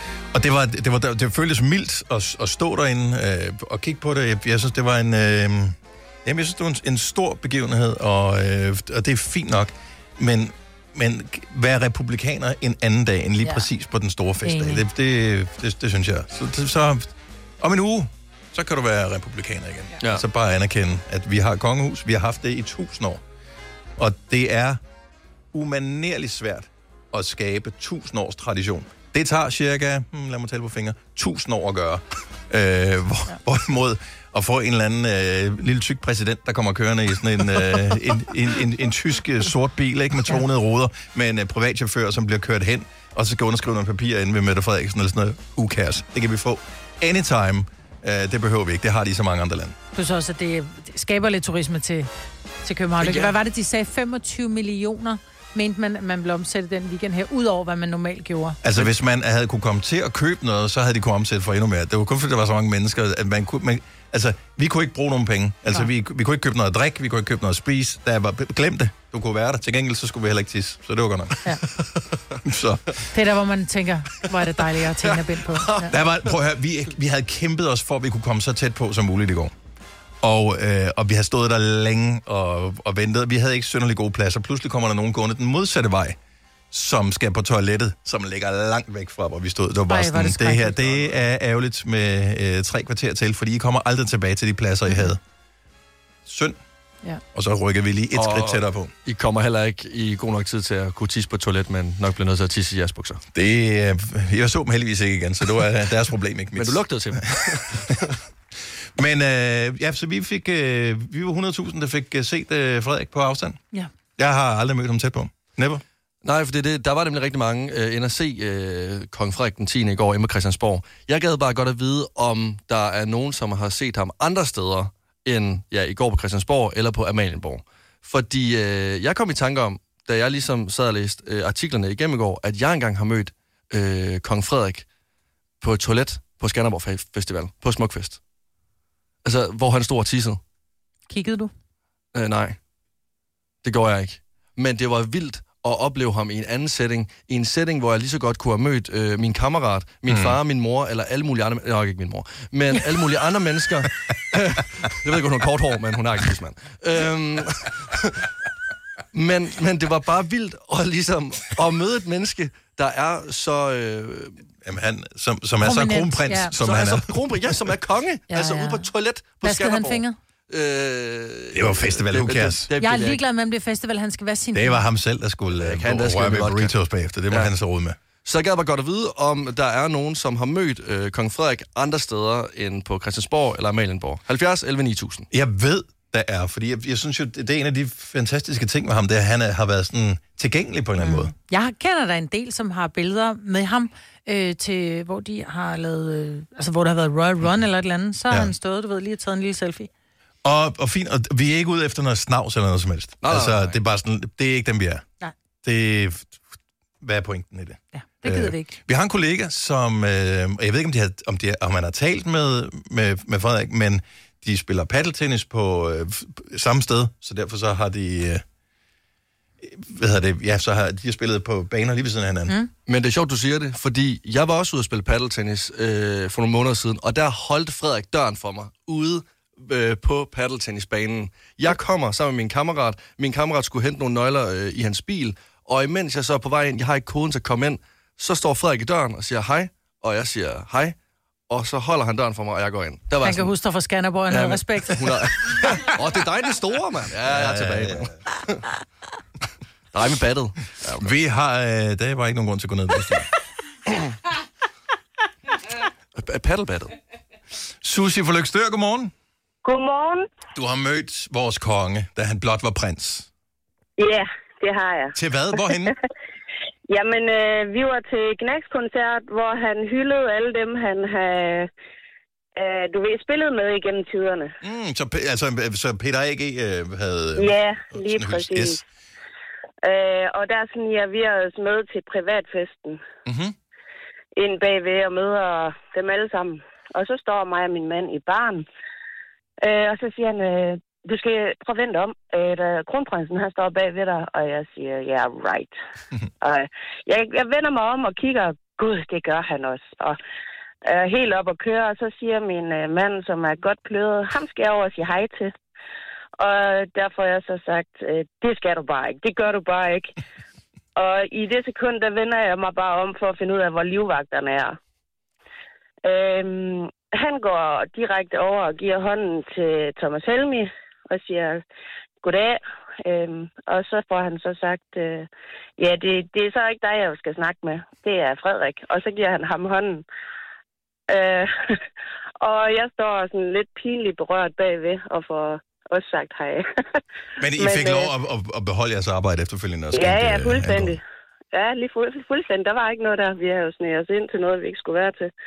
Og det føltes mildt at stå derinde og kigge på det. Jeg synes, det var Jamen, jeg synes, det er en stor begivenhed, og det er fint nok. Men være republikaner en anden dag, end lige præcis på den store festdag. Det synes jeg. Så om en uge, så kan du være republikaner igen. Ja. Så bare anerkende, at vi har kongehus. Vi har haft det i 1000 år. Og det er umanerligt svært at skabe 1000 års tradition. Det tager cirka, lad mig tælle på fingre, 1000 år at gøre. Hvorimod at få en eller anden lille tyk præsident, der kommer kørende i sådan en tysk sort bil, ikke, med tonede ruder, med en privatchauffør, som bliver kørt hen, og så skal underskrive nogle papirer inde ved Mette Frederiksen eller sådan noget. Who cares? Det kan vi få anytime. Det behøver vi ikke. Det har de i så mange andre lande. Plus også, at det skaber lidt turisme til København. Ja. Hvad var det, de sagde? 25 millioner mente man ville omsætte den weekend her, ud over hvad man normalt gjorde. Altså, hvis man havde kunne komme til at købe noget, så havde de kunne omsætte for endnu mere. Det var kun fordi, der var så mange mennesker, at vi kunne ikke bruge nogen penge. Altså, vi kunne ikke købe noget at drikke, vi kunne ikke købe noget at spise. Glem det. Du kunne være der. Til gengæld, så skulle vi heller ikke tisse. Så det var godt nok. Ja. Så. Det er der, hvor man tænker, hvor er det dejligt at tænke bind på. Ja. Prøv at høre, vi havde kæmpet os for, at vi kunne komme så tæt på som muligt i går. Og vi har stået der længe og ventet. Vi havde ikke synderligt gode pladser. Pludselig kommer der nogen gående den modsatte vej, som skal på toilettet, som ligger langt væk fra, hvor vi stod. Det var bare sådan, det her, det er ærgerligt med 3 kvarter til, fordi I kommer aldrig tilbage til de pladser, I havde. Synd. Ja. Og så rykker vi lige et skridt tættere på. I kommer heller ikke i god nok tid til at kunne tisse på toilet, men nok bliver nødt til at tisse i jeres bukser. Jeg så dem heldigvis ikke igen, så det var deres problem, ikke mit. Men du lugtede til dem. Men så vi var 100.000, der fik set Frederik på afstand. Ja. Jeg har aldrig mødt ham tæt på. Never. Nej, for der var nemlig rigtig mange ind at se Kong Frederik den 10. i går hjemme på Christiansborg. Jeg gad bare godt at vide, om der er nogen, som har set ham andre steder end i går på Christiansborg eller på Amalienborg. Fordi jeg kom i tanke om, da jeg ligesom sad og læste artiklerne igennem i går, at jeg engang har mødt Kong Frederik på et toilet på Skanderborg Festival, på Smukfest. Altså, hvor han stod og tissede. Kiggede du? Nej, det gjorde jeg ikke. Men det var vildt at opleve ham i en anden setting. I en setting, hvor jeg lige så godt kunne have mødt min kammerat, min far, min mor, eller alle mulige andre... Nej, ikke min mor. Men alle mulige andre mennesker. Jeg ved ikke, hun har kort hår, men hun er ikke tidsmand. Men det var bare vildt at møde et menneske, der er så... Jamen han, som er så kronprins, ja. Som han er. Kronprins, som er konge. Ja. Altså ude på toilet på Skanderborg. Han det var festival, who cares? Jeg er ligeglad med, om det er festival, han skal være sin. Det var ham selv, der skulle røre med burritos bagefter. Det må han så rode med. Så jeg gad bare godt at vide, om der er nogen, som har mødt Kong Frederik andre steder end på Christiansborg eller Amalienborg. 70 11 9000. Jeg ved, der er, fordi jeg synes jo, det er en af de fantastiske ting med ham, det er, at han har været sådan tilgængelig på en eller anden måde. Jeg kender der en del, som har billeder med ham, til hvor de har lavet, hvor der har været Royal Run eller et eller andet, så har han stået, du ved, lige taget en lille selfie. Og fint, og vi er ikke ude efter noget snavs eller noget som helst. Nej. Det er bare sådan, det er ikke dem, vi er. Nej. Hvad er pointen i det? Ja, det gider vi ikke. Vi har en kollega, som, og jeg ved ikke, om man har talt med Frederik, men de spiller paddeltennis på samme sted, så derfor så har de... så har de spillet på baner lige ved siden af hinanden. Mm. Men det er sjovt, du siger det, fordi jeg var også ude at spille paddeltennis for nogle måneder siden, og der holdt Frederik døren for mig ude på paddeltennisbanen. Jeg kommer sammen med min kammerat. Min kammerat skulle hente nogle nøgler i hans bil, og imens jeg så er på vej ind, jeg har ikke koden til at komme ind, så står Frederik i døren og siger hej, og jeg siger hej, og så holder han døren for mig, og jeg går ind. Han kan huske dig fra Skanderborg og noget respekt. Det er dig, det store, mand. Ja, jeg er tilbage. Nej, med battet. Ja, okay. Vi har... der var ikke nogen grund til at gå ned. Paddelbattet. Susie fra Løgstør, godmorgen. Godmorgen. Du har mødt vores konge, da han blot var prins. Ja, det har jeg. Til hvad? Hvorhenne? Jamen, vi var til Knacks-koncert, hvor han hyldede alle dem, han havde, spillet med igennem tiderne. Så Peter A.G. havde... Ja, lige præcis. Yes. Og der sådan, jeg virede med til privatfesten. Mm-hmm. Ind bagved og møder dem alle sammen. Og så står mig og min mand i baren. Og så siger han, du skal prøve at vente om. Kronprinsen, han står bagved dig. Og jeg siger, yeah, right. Og jeg vender mig om og kigger. Gud, det gør han også. Og helt op og kører. Og så siger min mand, som er godt plødet, ham skal jeg over og sige hej til. Og derfor har jeg så sagt, det skal du bare ikke. Det gør du bare ikke. Og i det sekund, der vender jeg mig bare om for at finde ud af, hvor livvagterne er. Han går direkte over og giver hånden til Thomas Helmi og siger, goddag. Og så får han så sagt, ja, det er så ikke dig, jeg skal snakke med. Det er Frederik. Og så giver han ham hånden. Og jeg står sådan lidt pinligt berørt bagved og får også sagt hej. Men I fik lov at beholde jeres arbejde efterfølgende? Og ja, fuldstændig. Ja, lige fuldstændig. Der var ikke noget der. Vi har jo snedet os ind til noget, vi ikke skulle være til.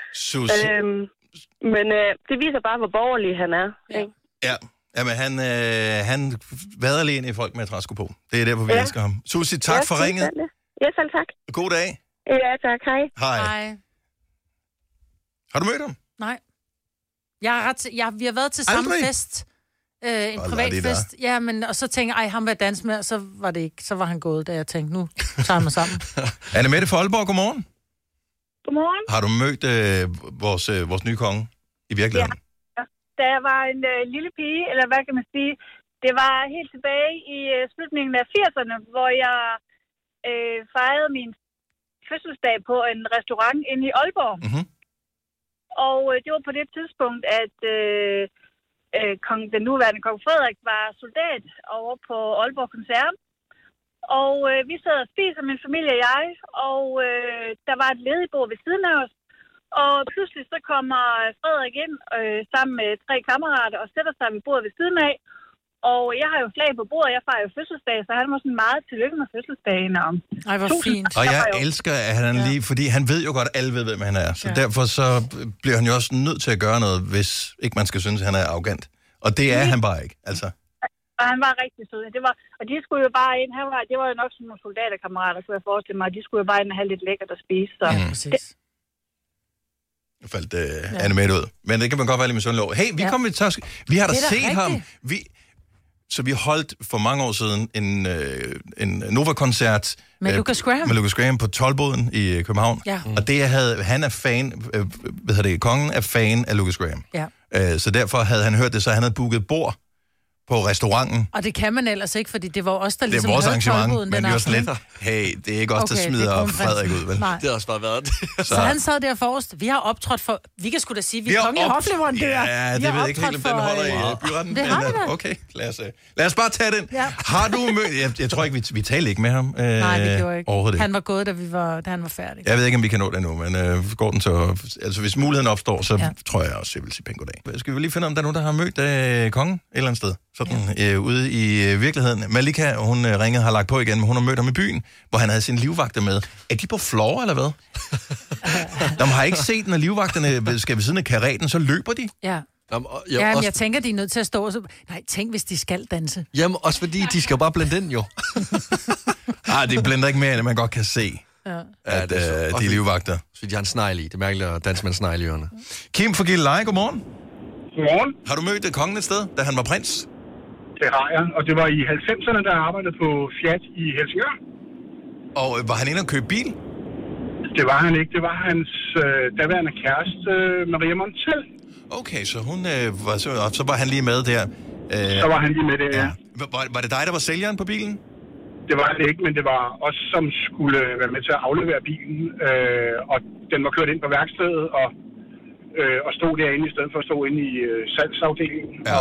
Men det viser bare, hvor borgerlig han er. Ikke? Ja. Jamen, han vader lige ind i folk med træsko på. Det er derfor, vi elsker ham. Susie, tak for ringet. Ja, selv tak. God dag. Ja, tak. Hej. Hej. Har du mødt ham? Nej. Vi har været til samme fest. En privat fest. Ja, men og så tænkte jeg, ham vil danse med, og så var det ikke. Så var han gået, da jeg tænkte, nu tager jeg mig sammen. Anne-Mette fra Aalborg, godmorgen. Godmorgen. Har du mødt vores nye konge i virkeligheden? Ja. Da jeg var en lille pige, eller hvad kan man sige, det var helt tilbage i slutningen af 80'erne, hvor jeg fejrede min fødselsdag på en restaurant inde i Aalborg. Mm-hmm. Og det var på det tidspunkt, at den nuværende kong Frederik var soldat over på Aalborg Koncern. Og vi sad og spiser, min familie og jeg, og der var et ledigt bord ved siden af os. Og pludselig så kommer Frederik ind sammen med 3 kammerater og sætter sig ved bordet ved siden af. Og jeg har jo flag på bordet, jeg fejrer jo fødselsdag, så han var sådan meget tillykke med fødselsdagen. Ej, hvor fint. Og jeg elsker, at han lige, fordi han ved jo godt, at alle ved, hvem han er. Så derfor så bliver han jo også nødt til at gøre noget, hvis ikke man skal synes, at han er arrogant. Og det er han bare ikke, altså. Og han var rigtig sød. Og de skulle jo bare ind, det var jo nok sådan nogle soldaterkammerater, kunne jeg forestille mig. De skulle jo bare ind og have lidt lækkert at spise. Så. Ja, præcis. Jeg faldt Anne-Mette ud. Men det kan man godt være lidt med sådan lov. Hey, vi har da set ham. Så vi holdt for mange år siden en Nova-koncert med Lucas Graham på Toldboden i København. Ja. Og han er fan, kongen er fan af Lucas Graham. Ja. Så derfor havde han hørt det, så han havde booket bord på restauranten. Og det kan man ellers ikke, fordi det var også der ligesom det er vores arrangement, men vi var sådan lidt, hey, det er ikke os, der smider Frederik ud, vel? Det har også bare været det. Så han sad der forrest. Vi har optrådt for, vi kan sgu da sige, vi er kongelige hofleverandører. Ja, det ved jeg ikke helt, om den holder i byretten. Det har vi da. Okay, lad os bare tage den. Ja. Har du mødt, jeg tror ikke, vi talte ikke med ham. Nej, vi gjorde ikke. Han var gået, da han var færdig. Jeg ved ikke, om vi kan nå det nu, men går den så, altså hvis muligheden opstår, så tror jeg også, jeg vil sige pænt goddag. Skal vi lige finde, om der er nogen, der har mødt kongen et eller andet sted? Sådan ude i virkeligheden. Malika, hun ringede, har lagt på igen, men hun har mødt ham i byen, hvor han havde sin livvagter med. Er de på floor, eller hvad? De har ikke set, når livvagterne skal ved siden af karetten, så løber de. Ja. Jamen, jeg tænker, de er nødt til at stå og så... Nej, tænk, hvis de skal danse. Jamen, også fordi de skal bare blende ind, jo. Det blender ikke mere, end man godt kan se. Ja. At de livvagter. Så de har en snegl i. Det er mærkeligt at danse med en snegl i ørerne. Kim fra Gilleleje, godmorgen. Godmorgen. Har du mødt kongen et sted, da han var prins? Det har jeg, og det var i 90'erne, der jeg arbejdede på Fiat i Helsingør. Og var han inde og købe bil? Det var han ikke. Det var hans daværende kæreste, Maria Montel. Okay, så så var han lige med der. Så var han lige med der, ja. Var det dig, der var sælgeren på bilen? Det var det ikke, men det var os, som skulle være med til at aflevere bilen. Og den var kørt ind på værkstedet, og stod derinde i stedet for at stå inde i salgsafdelingen. Ja.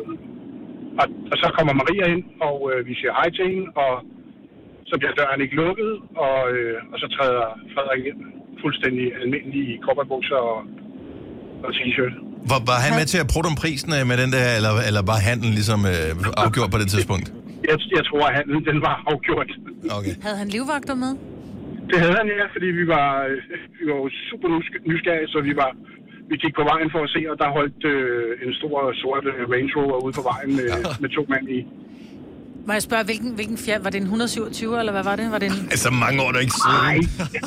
Og så kommer Maria ind, og vi siger hej til hende, og så bliver døren ikke lukket, og så træder Frederik ind fuldstændig almindelig i cowboybukser og t-shirt. Var han med til at prutte om prisen med den der, eller var handlen ligesom afgjort på det tidspunkt? Jeg tror, at handlen den var afgjort. Okay. Havde han livvagter med? Det havde han, ja, fordi vi var jo super nysgerrige, så vi gik på vejen for at se, og der holdt en stor sort Range Rover ude på vejen med 2 mand i. Må jeg spørge, hvilken fjerde? Var det en 127, eller hvad var det? Var det en... Altså mange år, der ikke siden. Nej.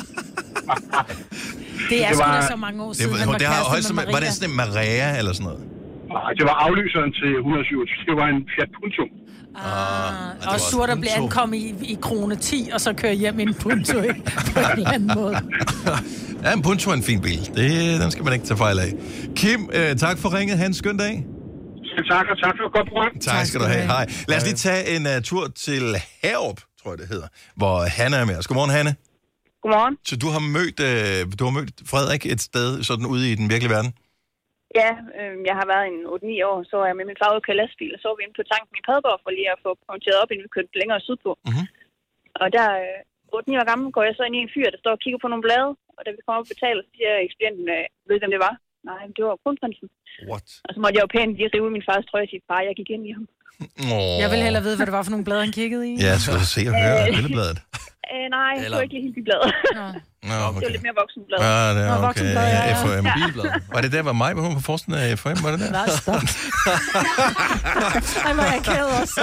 Det er sgu da så mange år siden, han var kæreste med Maria. Var det sådan en Maria, eller sådan noget? Nej, det var aflyseren til 127. Det var en Fiat Punto. Og surt at blive ankommet i krone 10, og så køre hjem i en Punto, ikke? På en eller anden måde. Ja, en Punto er en fin bil. Den skal man ikke tage fejl af. Kim, tak for ringet. Ha' en skøn dag. Tak, og tak for et godt program. Tak skal du have. Hej. Lad os lige tage en tur til Herup, tror jeg det hedder, hvor Hanne er med os. Godmorgen, Hanne. Godmorgen. Så du har mødt Frederik et sted sådan ude i den virkelige verden? Ja, jeg har været en 8-9 år, så var jeg med min far ude på lastbil, og så var vi inde på tanken i Padborg for lige at få punkteret op, inden vi kørte længere sydpå. Mm-hmm. Og der 8-9 år gammel går jeg så ind i en fyr, der står og kigger på nogle blade, og da vi kommer op og betaler, så siger ekspedienten, ved hvem det var? Nej, det var kronprinsen. What? Og så måtte jeg jo pænt lige rive min fars trøje og sige, far, jeg gik ind i ham. Jeg vil hellere vide, hvad det var for nogle blade, han kiggede i. Ja, så se og høre billedbladet. Nej, det var ikke lige helt de blade. Nå, okay. Det var lidt mere voksenblad. Ja, det er okay. Voksenblad, ja. FHM bilblad. Var det der, var mig på forsiden af FHM, var det der? Nej, stop. Ej, hvor er jeg kædet også.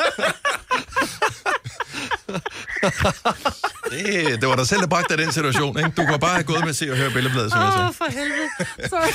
Det var dig selv, der bragte dig i den situation, ikke? Du kan bare have gået med at se og høre billedbladet, som jeg sagde. For helvede. Sorry.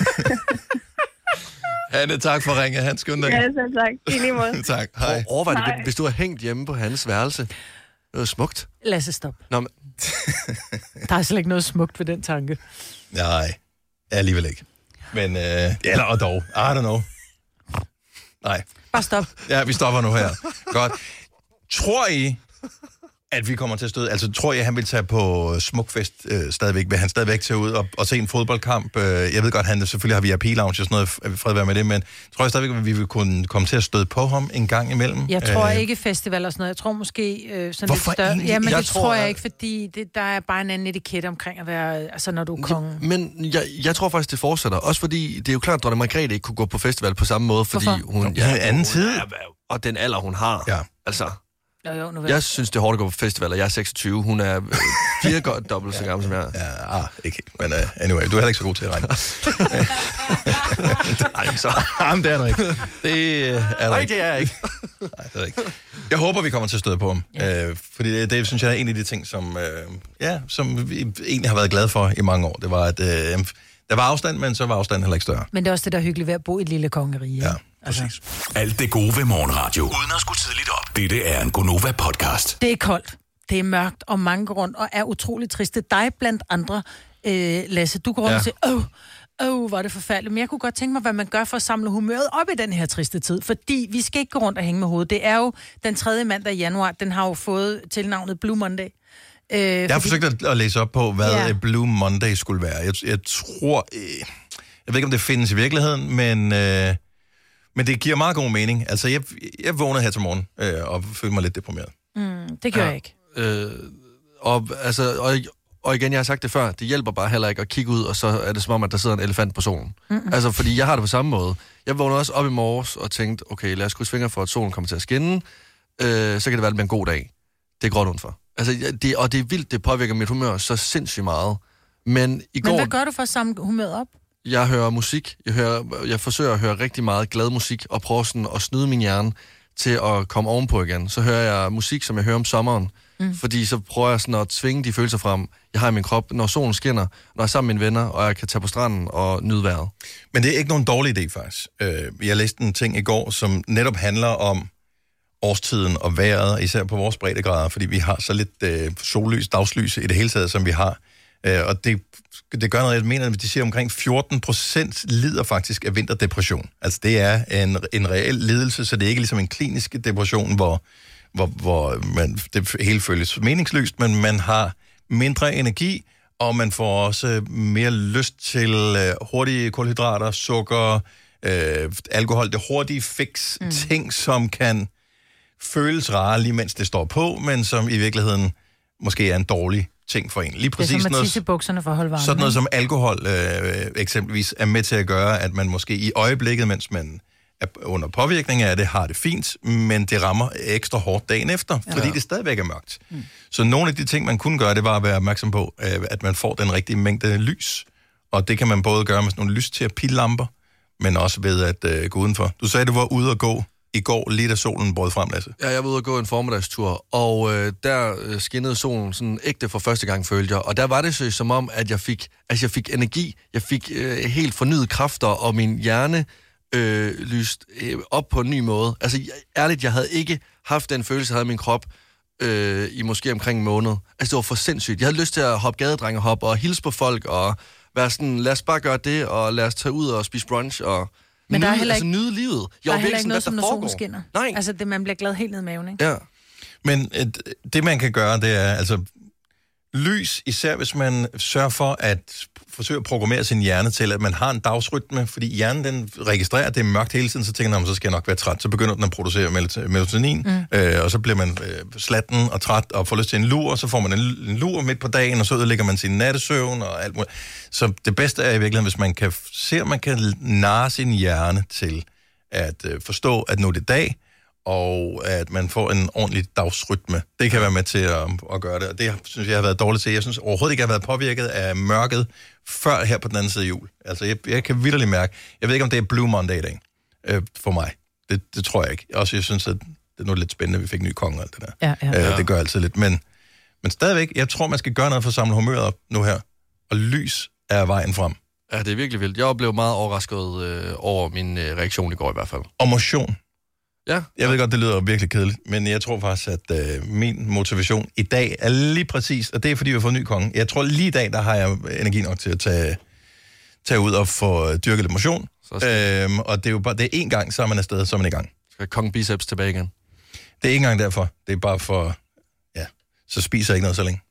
Hanne, tak for ringet. Han skøn dag. Ja, selv tak. I lige måde. Tak, hej. Overvej det, hvis du har hængt hjemme på hans værelse. Det var smukt. Lasse, stop. Nå, men... Der er slet ikke noget smukt ved den tanke. Nej, alligevel ikke. Men, eller og dog. I don't know. Nej. Bare stop. Ja, vi stopper nu her. Godt. Tror I, at vi kommer til at støde? Altså, tror I, at han vil tage på Smukfest stadigvæk? Vil han stadigvæk tage ud og se en fodboldkamp? Jeg ved godt, han selvfølgelig har VIP-lounge og sådan noget, fred være med det, men tror jeg stadigvæk, at vi vil kunne komme til at støde på ham en gang imellem? Jeg tror ikke festival og sådan noget. Jeg tror måske sådan Hvorfor lidt større. egentlig? Jamen, Jeg det tror, tror jeg ikke, fordi der er bare en anden etikette omkring at være, altså når du er konge. Men jeg tror faktisk, det fortsætter. Også fordi, det er jo klart, at dronning Margrethe ikke kunne gå på festival på samme måde, fordi hun... Ja, anden tid. Og den alder, hun har. Ja. Altså... Jo, jeg synes, det er hårdt at gå på festival, og jeg er 26. Hun er 4 dobbelt så gammel som jeg er. Ja, ikke helt. Men anyway, du er heller ikke så god til at regne. Nej, så. Jamen, det er du ikke. Det er der ikke. Nej, det er jeg ikke. Nej, det er ikke. Jeg håber, vi kommer til at støde på ham. Fordi det synes jeg er en af de ting, som vi egentlig har været glade for i mange år. Det var, at der var afstand, men så var afstanden heller ikke større. Men det er også det, der er hyggeligt ved at bo i et lille kongerige. Ja, præcis. Alt det gode ved morgenradio. Uden at skulle tidligt op. Dette er en Gonova-podcast. Det er koldt. Det er mørkt, og mange går rundt og er utroligt triste. Dig blandt andre, Lasse, du går rundt og siger, hvor er det forfærdeligt. Men jeg kunne godt tænke mig, hvad man gør for at samle humøret op i den her triste tid. Fordi vi skal ikke gå rundt og hænge med hovedet. Det er jo den 3. mandag i januar. Den har jo fået tilnavnet Blue Monday. Jeg har forsøgt at læse op på, hvad Blue Monday skulle være. Jeg tror... Jeg ved ikke, om det findes i virkeligheden, men det giver meget god mening. Altså, jeg vågnede her til morgen og følte mig lidt deprimeret. Det gør jeg ikke. Og igen, jeg har sagt det før, det hjælper bare heller ikke at kigge ud, og så er det som om, at der sidder en elefant på solen. Altså, fordi jeg har det på samme måde. Jeg vågnede også op i morges og tænkte, okay, lad os krydse fingre for, at solen kommer til at skinne. Så kan det være, at det bliver en god dag. Det er gråt udenfor. Altså, det er vildt, det påvirker mit humør så sindssygt meget. Men hvad gør du for at samle humøret op? Jeg hører musik. Jeg forsøger at høre rigtig meget glad musik, og prøver sådan at snyde min hjerne til at komme ovenpå igen. Så hører jeg musik, som jeg hører om sommeren. Fordi så prøver jeg sådan at tvinge de følelser frem, jeg har i min krop, når solen skinner, når jeg er sammen med mine venner, og jeg kan tage på stranden og nyde vejret. Men det er ikke nogen dårlig idé, faktisk. Jeg læste en ting i går, som netop handler om årstiden og vejret, især på vores breddegrader, fordi vi har så lidt sollys, dagslys i det hele taget, som vi har. Og det gør noget, jeg mener, at de siger omkring 14% lider faktisk af vinterdepression. Altså det er en reel lidelse, så det er ikke ligesom en klinisk depression, hvor det hele føles meningsløst, men man har mindre energi, og man får også mere lyst til hurtige kulhydrater, sukker, alkohol, det hurtige fix, ting, som kan føles rare, lige mens det står på, men som i virkeligheden måske er en dårlig ting for en. Lige præcis det er som at tisse bukserne for at holde varme. Sådan noget som alkohol eksempelvis er med til at gøre, at man måske i øjeblikket, mens man er under påvirkning af det, har det fint, men det rammer ekstra hårdt dagen efter, fordi det stadigvæk er mørkt. Så nogle af de ting, man kunne gøre, det var at være opmærksom på, at man får den rigtige mængde lys. Og det kan man både gøre med sådan nogle lysterapilamper, men også ved at gå udenfor. Du sagde, at du var ude at gå i går, lige da solen brød frem, Lasse. Ja, jeg var ude at gå en formiddagstur, og der skinnede solen sådan ægte for første gang, følte jeg. Og der var det så som om, at jeg fik energi, jeg fik helt fornyet kræfter, og min hjerne lyst op på en ny måde. Altså ærligt, jeg havde ikke haft den følelse, jeg havde i min krop i måske omkring en måned. Altså det var for sindssygt. Jeg havde lyst til at hoppe gadedrengehoppe og hilse på folk, og være sådan, lad os bare gøre det, og lad os tage ud og spise brunch, og Men der er heller ikke, nyde livet. Der er heller ikke noget, som når solen skinner. Nej. Altså, man bliver glad helt ned i maven, ikke? Ja. Men det, man kan gøre, det er altså lys, især hvis man sørger for at forsøge at programmere sin hjerne til, at man har en dagsrytme, fordi hjernen den registrerer, at det er mørkt hele tiden, så tænker man, så skal jeg nok være træt. Så begynder den at producere melatonin, og så bliver man slatten og træt og får lyst til en lur, og så får man en lur midt på dagen, og så ødelægger man sin nattesøvn og alt muligt. Så det bedste er i virkeligheden, hvis man kan se, om man kan narre sin hjerne til at forstå, at nu er det dag, og at man får en ordentlig dagsrytme. Det kan være med til at gøre det, og det synes jeg har været dårligt til. Jeg synes overhovedet ikke, jeg har været påvirket af mørket før her på den anden side af jul. Altså, jeg kan vitterligt mærke, jeg ved ikke, om det er Blue Monday-dag for mig. Det tror jeg ikke. Også jeg synes, at det er noget lidt spændende, at vi fik en ny konge og alt det der. Ja. Det gør altid lidt. Men stadigvæk, jeg tror, man skal gøre noget for at samle humøret op nu her. Og lys er vejen frem. Ja, det er virkelig vildt. Jeg blev meget overrasket over min reaktion i går i hvert fald. Og motion. Ja. Jeg ved godt, det lyder virkelig kedeligt, men jeg tror faktisk, at min motivation i dag er lige præcis, og det er fordi, vi har fået en ny konge. Jeg tror lige i dag, der har jeg energi nok til at tage ud og få dyrket lidt motion. Og det er jo bare, det er én gang, så er man afsted, så er man i gang. Skal kongen biceps tilbage igen? Det er ikke engang derfor. Det er bare for, ja, så spiser jeg ikke noget så længe.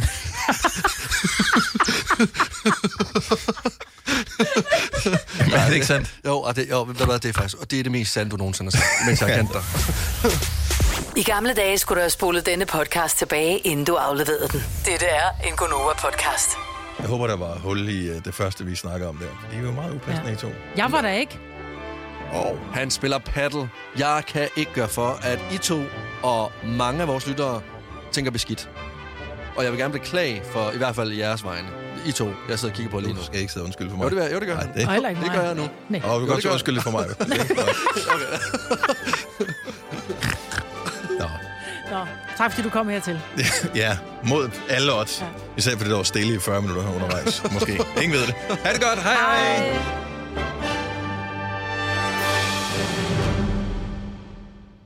Jamen, er det ikke sandt? Jo, det er faktisk, og det er det mest sande, du nogensinde har sagt, mens jeg har kendt dig. I gamle dage skulle du have spolet denne podcast tilbage, inden du afleverede den. Dette er en Gonova-podcast. Jeg håber, der var hul i det første, vi snakker om der. De er jo meget upassende, I to. Jeg var der ikke. Han spiller paddle. Jeg kan ikke gøre for, at I to og mange af vores lyttere tænker beskidt. Og jeg vil gerne beklage for i hvert fald jeres vegne. I to, jeg sidder og kigger på lige nu. Du skal ikke sidde og undskylde for mig. Jo, det gør jeg. Det gør jeg nu. Og du kan godt undskylde lidt for mig. Nå, tak fordi du kom hertil. Ja, mod alle odds. Især fordi det var stille i 40 minutter her undervejs. Måske. Ingen ved det. Ha' det godt. Hej.